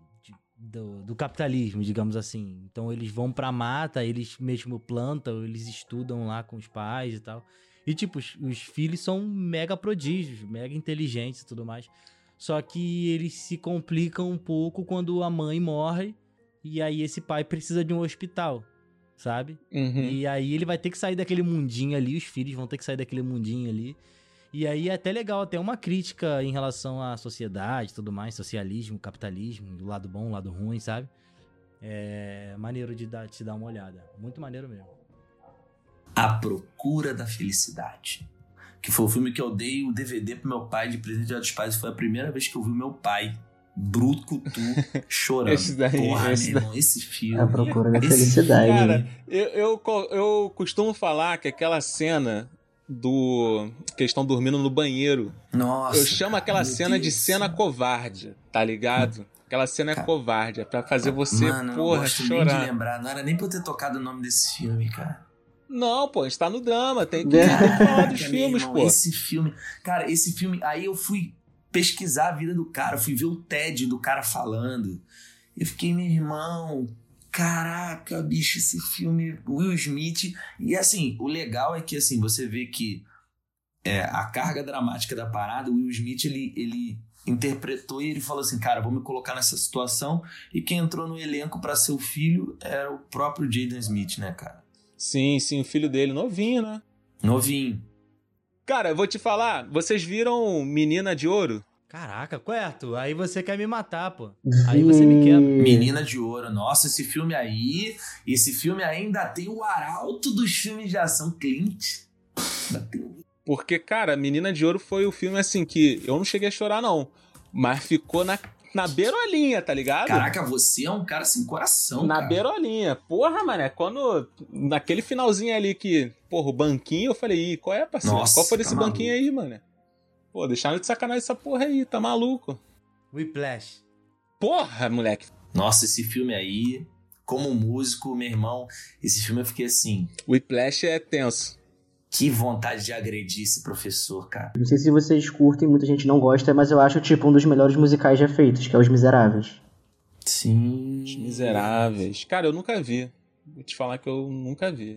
do capitalismo, digamos assim. Então eles vão pra mata, eles mesmo plantam, eles estudam lá com os pais e tal. E tipo, os filhos são mega prodígios, mega inteligentes e tudo mais. Só que eles se complicam um pouco quando a mãe morre e aí esse pai precisa de um hospital, sabe? Uhum. E aí ele vai ter que sair daquele mundinho ali, os filhos vão ter que sair daquele mundinho ali. E aí é até legal, até uma crítica em relação à sociedade e tudo mais, socialismo, capitalismo, o lado bom, o lado ruim, sabe? É maneiro de te dar uma olhada. Muito maneiro mesmo. A Procura da Felicidade. Que foi o filme que eu dei o DVD pro meu pai de presente de Dia dos Pais. Foi a primeira vez que eu vi o meu pai, brucutu, chorando. Esse daí, esse filme. A Procura da Felicidade. Cara, eu costumo falar que aquela cena que eles estão dormindo no banheiro. Nossa. Eu chamo aquela cena de cena covarde, tá ligado? Aquela cena é covarde, é pra fazer você, Mano, não gosto chorar. nem de lembrar. Não era nem pra eu ter tocado o nome desse filme, cara. Não, pô, a gente tá no drama, tem que falar dos filmes, irmão, pô. Esse filme, aí eu fui pesquisar a vida do cara, fui ver o TED do cara falando. Eu fiquei, meu irmão, caraca, bicho, esse filme, Will Smith. E assim, o legal é que assim, você vê que a carga dramática da parada, o Will Smith, ele interpretou e ele falou assim, cara, vou me colocar nessa situação. E quem entrou no elenco pra ser o filho era o próprio Jaden Smith, né, cara? Sim, o filho dele, novinho, né? Novinho. Cara, eu vou te falar, vocês viram Menina de Ouro? Caraca, Querto, aí você quer me matar, pô. Aí você me quebra. Menina de Ouro, nossa, esse filme ainda tem o arauto dos filmes de ação, Clint. Porque, cara, Menina de Ouro foi o filme, assim, que eu não cheguei a chorar, não. Mas ficou na beirolinha, tá ligado? Caraca, você é um cara sem coração, Na cara. beirolinha. Porra, mané, quando... Naquele finalzinho ali que... Porra, o banquinho, eu falei, qual é, parceiro? Nossa, qual foi desse tá banquinho aí, mané? Pô, deixaram de sacanagem essa porra aí, tá maluco? Whiplash. Porra, moleque. Nossa, esse filme aí, como músico, meu irmão, esse filme eu fiquei assim... Whiplash é tenso. Que vontade de agredir esse professor, cara. Não sei se vocês curtem, muita gente não gosta, mas eu acho, tipo, um dos melhores musicais já feitos, que é Os Miseráveis. Sim. Os Miseráveis. Cara, eu nunca vi. Vou te falar que eu nunca vi.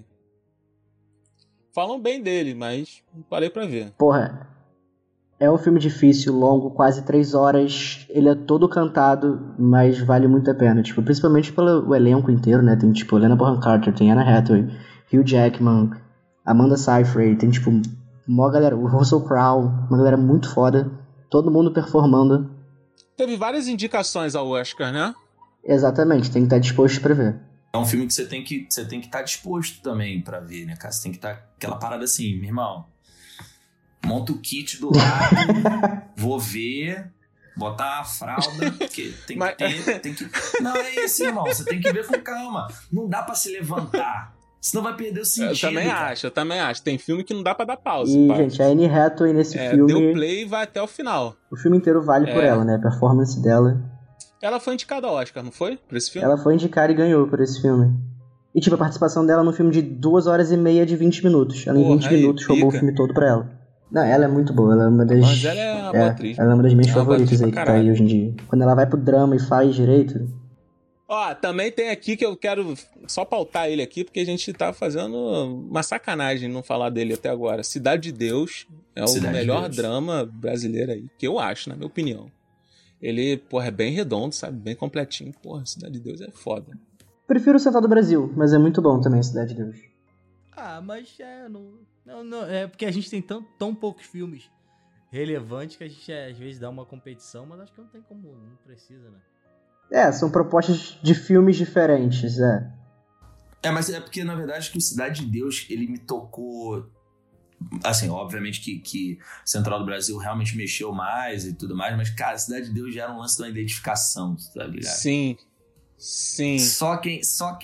Falam bem dele, mas não parei pra ver. Porra, é um filme difícil, longo, quase 3 horas. Ele é todo cantado, mas vale muito a pena. Tipo, principalmente pelo elenco inteiro, né? Tem, tipo, Helena Bonham Carter, tem Anna Hathaway, Hugh Jackman, Amanda Seyfried, tem, tipo, uma galera, o Russell Crowe, uma galera muito foda, todo mundo performando. Teve várias indicações ao Oscar, né? Exatamente, tem que estar disposto pra ver. É um filme que você tem que estar disposto também pra ver, né, cara? Você tem que estar aquela parada assim, meu irmão, monta o kit do lado, vou ver, botar a fralda, porque tem que... Não, é isso, irmão, você tem que ver com calma. Não dá pra se levantar. Senão vai perder o sentido. Eu também acho. Tem filme que não dá pra dar pausa. E, gente, a Anne Hathaway nesse filme... Deu play e vai até o final. O filme inteiro vale por ela, né? A performance dela. Ela foi indicada ao Oscar, não foi? Por esse filme? Ela foi indicada e ganhou por esse filme. E, tipo, a participação dela no filme de 2 horas e meia de 20 minutos. Ela em 20 minutos roubou o filme todo pra ela. Não, ela é muito boa, ela é uma das... Mas ela é uma boa atriz. Ela é uma das minhas Ela é uma boa favoritas atriz aí, pra que tá aí caralho. hoje em dia. Quando ela vai pro drama e faz direito... Ó, também tem aqui que eu quero só pautar ele aqui, porque a gente tá fazendo uma sacanagem não falar dele até agora. Cidade de Deus é o Cidade de melhor Deus. drama brasileiro aí, que eu acho, na minha opinião. Ele, porra, é bem redondo, sabe? Bem completinho. Porra, Cidade de Deus é foda. Prefiro o Central do Brasil, mas é muito bom também a Cidade de Deus. Ah, mas não, é porque a gente tem tão poucos filmes relevantes que a gente às vezes dá uma competição, mas acho que não tem como, não precisa, né? São propostas de filmes diferentes, Mas é porque, na verdade, que o Cidade de Deus, ele me tocou... Assim, obviamente que Central do Brasil realmente mexeu mais e tudo mais, mas, cara, Cidade de Deus já era um lance de uma identificação, tá ligado? Sim. Só quem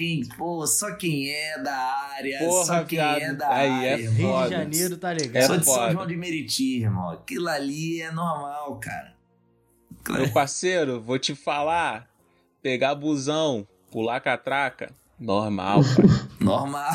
é da área, Porra, só quem viado. é da Aí área. é Rio de foda. Janeiro tá ligado. Sou de São foda. João de Meriti, irmão. Aquilo ali é normal, cara. Meu parceiro, vou te falar. Pegar busão, pular catraca, normal, cara. Normal.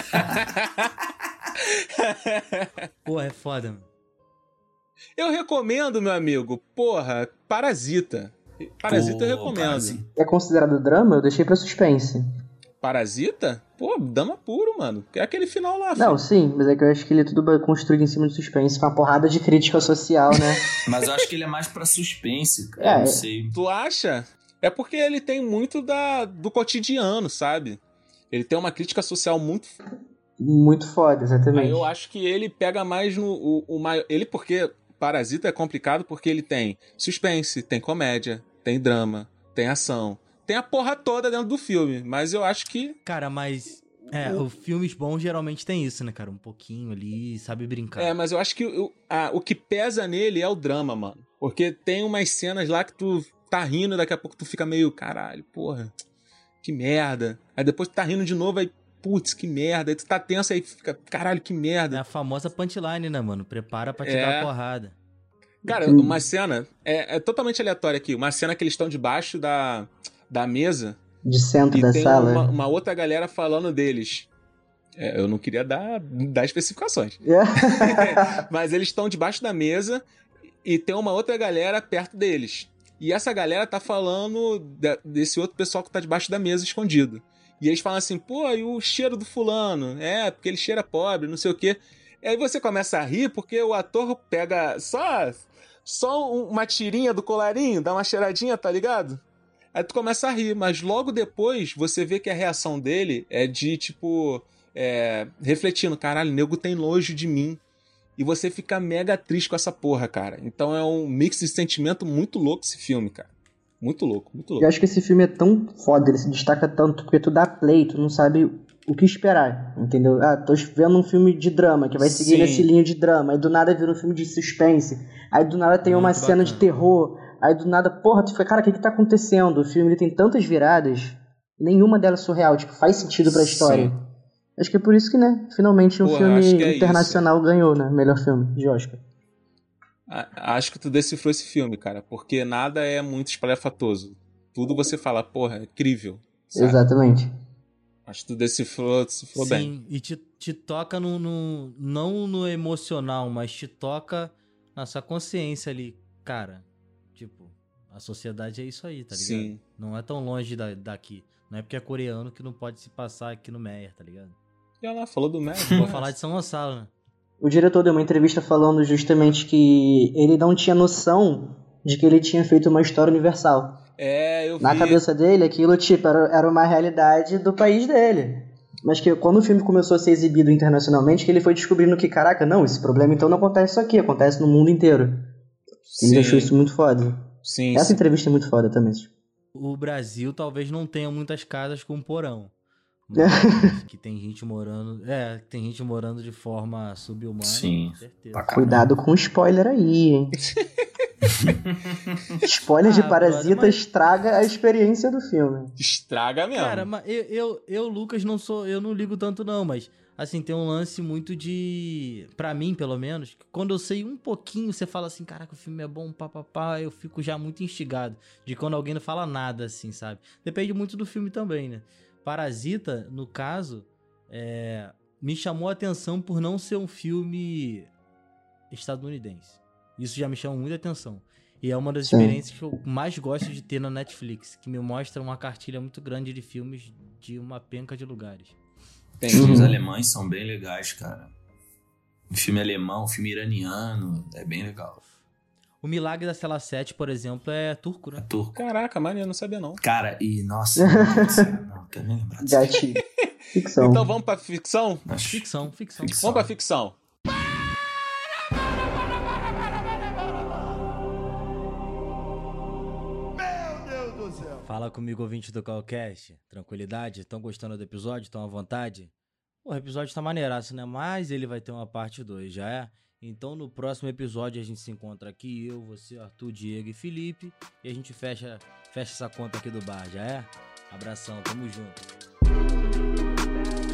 Porra, é foda, mano. Eu recomendo, meu amigo, porra, Parasita. Parasita eu recomendo. Parasita. É considerado drama? Eu deixei pra suspense. Parasita? Pô, dama puro, mano. É aquele final lá, Não, filho. sim, mas é que eu acho que ele é tudo construído em cima de suspense, com uma porrada de crítica social, né? Mas eu acho que ele é mais pra suspense, cara. Não sei. Tu acha? É porque ele tem muito do cotidiano, sabe? Ele tem uma crítica social muito... Muito foda, exatamente. Aí eu acho que ele pega mais no... Ele, porque Parasita é complicado porque ele tem suspense, tem comédia, tem drama, tem ação. Tem a porra toda dentro do filme, mas eu acho que... Cara, mas... os filmes bons geralmente tem isso, né, cara? Um pouquinho ali, sabe brincar. Mas eu acho que o que pesa nele é o drama, mano. Porque tem umas cenas lá que tu tá rindo, daqui a pouco tu fica meio, caralho, porra, que merda. Aí depois tu tá rindo de novo, aí, putz, que merda. Aí tu tá tenso, aí fica, caralho, que É merda. a famosa punchline, né, mano? Prepara pra te dar a porrada. Cara, uma cena, é totalmente aleatória aqui, uma cena que eles estão debaixo da mesa De centro e da tem sala. uma outra galera falando deles. Eu não queria dar especificações. Mas eles estão debaixo da mesa e tem uma outra galera perto deles. E essa galera tá falando desse outro pessoal que tá debaixo da mesa escondido. E eles falam assim, pô, e o cheiro do fulano? Porque ele cheira pobre, não sei o quê. E aí você começa a rir porque o ator pega só uma tirinha do colarinho, dá uma cheiradinha, tá ligado? Aí tu começa a rir, mas logo depois você vê que a reação dele é de, tipo, refletindo, caralho, o nego tem nojo de mim. E você fica mega triste com essa porra, cara. Então é um mix de sentimento muito louco esse filme, cara. Muito louco, muito louco. Eu acho que esse filme é tão foda, ele se destaca tanto, porque tu dá play, tu não sabe o que esperar, entendeu? Tô vendo um filme de drama, que vai seguir Sim. nesse linha de drama, aí do nada vira um filme de suspense, aí do nada tem uma Muito cena de bacana. terror, aí do nada, porra, tu fica, cara, o que tá acontecendo? O filme ele tem tantas viradas, nenhuma delas surreal, tipo, faz sentido pra história. Sim. Acho que é por isso que, né, finalmente um Porra, acho que filme é internacional ganhou, né, melhor filme de Oscar. Acho que tu decifrou esse filme, cara, porque nada é muito espalhafatoso. Tudo você fala, porra, é incrível. Sabe? Exatamente. Acho que tu decifrou bem. Sim, e te toca não no emocional, mas te toca na sua consciência ali. Cara, tipo, a sociedade é isso aí, tá ligado? Sim. Não é tão longe daqui. Não é porque é coreano que não pode se passar aqui no Meyer, tá ligado? E ela falou do Mac. Vou falar de São Gonçalo, né? O diretor deu uma entrevista falando justamente que ele não tinha noção de que ele tinha feito uma história universal. Eu vi. Na cabeça dele, aquilo tipo, era uma realidade do país dele. Mas que quando o filme começou a ser exibido internacionalmente, que ele foi descobrindo que, caraca, não, esse problema então não acontece só aqui, acontece no mundo inteiro. Ele achou isso muito foda. Sim, Essa sim. entrevista é muito foda também. O Brasil talvez não tenha muitas casas com porão. Mas que tem gente morando. Tem gente morando de forma subhumana. Sim. Com certeza. Pra caralho. Cuidado com o spoiler aí, hein? Spoiler de Parasita brother, mas- estraga a experiência do filme. Estraga mesmo. Cara, mas eu Lucas, não sou. Eu não ligo tanto, não, mas assim, tem um lance muito de... Pra mim, pelo menos, quando eu sei um pouquinho, você fala assim, caraca, o filme é bom, papapá, eu fico já muito instigado. De quando alguém não fala nada, assim, sabe? Depende muito do filme também, né? Parasita, no caso, me chamou a atenção por não ser um filme estadunidense. Isso já me chama muita atenção. E é uma das experiências que eu mais gosto de ter na Netflix, que me mostra uma cartilha muito grande de filmes de uma penca de lugares. Tem filmes alemães, são bem legais, cara. Um filme alemão, um filme iraniano, é bem legal. O Milagre da Cela 7, por exemplo, é turco, né? É turco. Caraca, mano, eu não sabia não. Cara, e nossa, não quero nem lembrar disso. Gatilho. Ficção. Então vamos pra ficção? Ficção. Vamos pra ficção. Fala comigo, ouvinte do Calcast. Tranquilidade? Estão gostando do episódio? Estão à vontade? O episódio tá maneiraço, né? Mas ele vai ter uma parte 2, já é? Então no próximo episódio a gente se encontra aqui, eu, você, Arthur, Diego e Felipe. E a gente fecha essa conta aqui do bar, já é? Abração, tamo junto.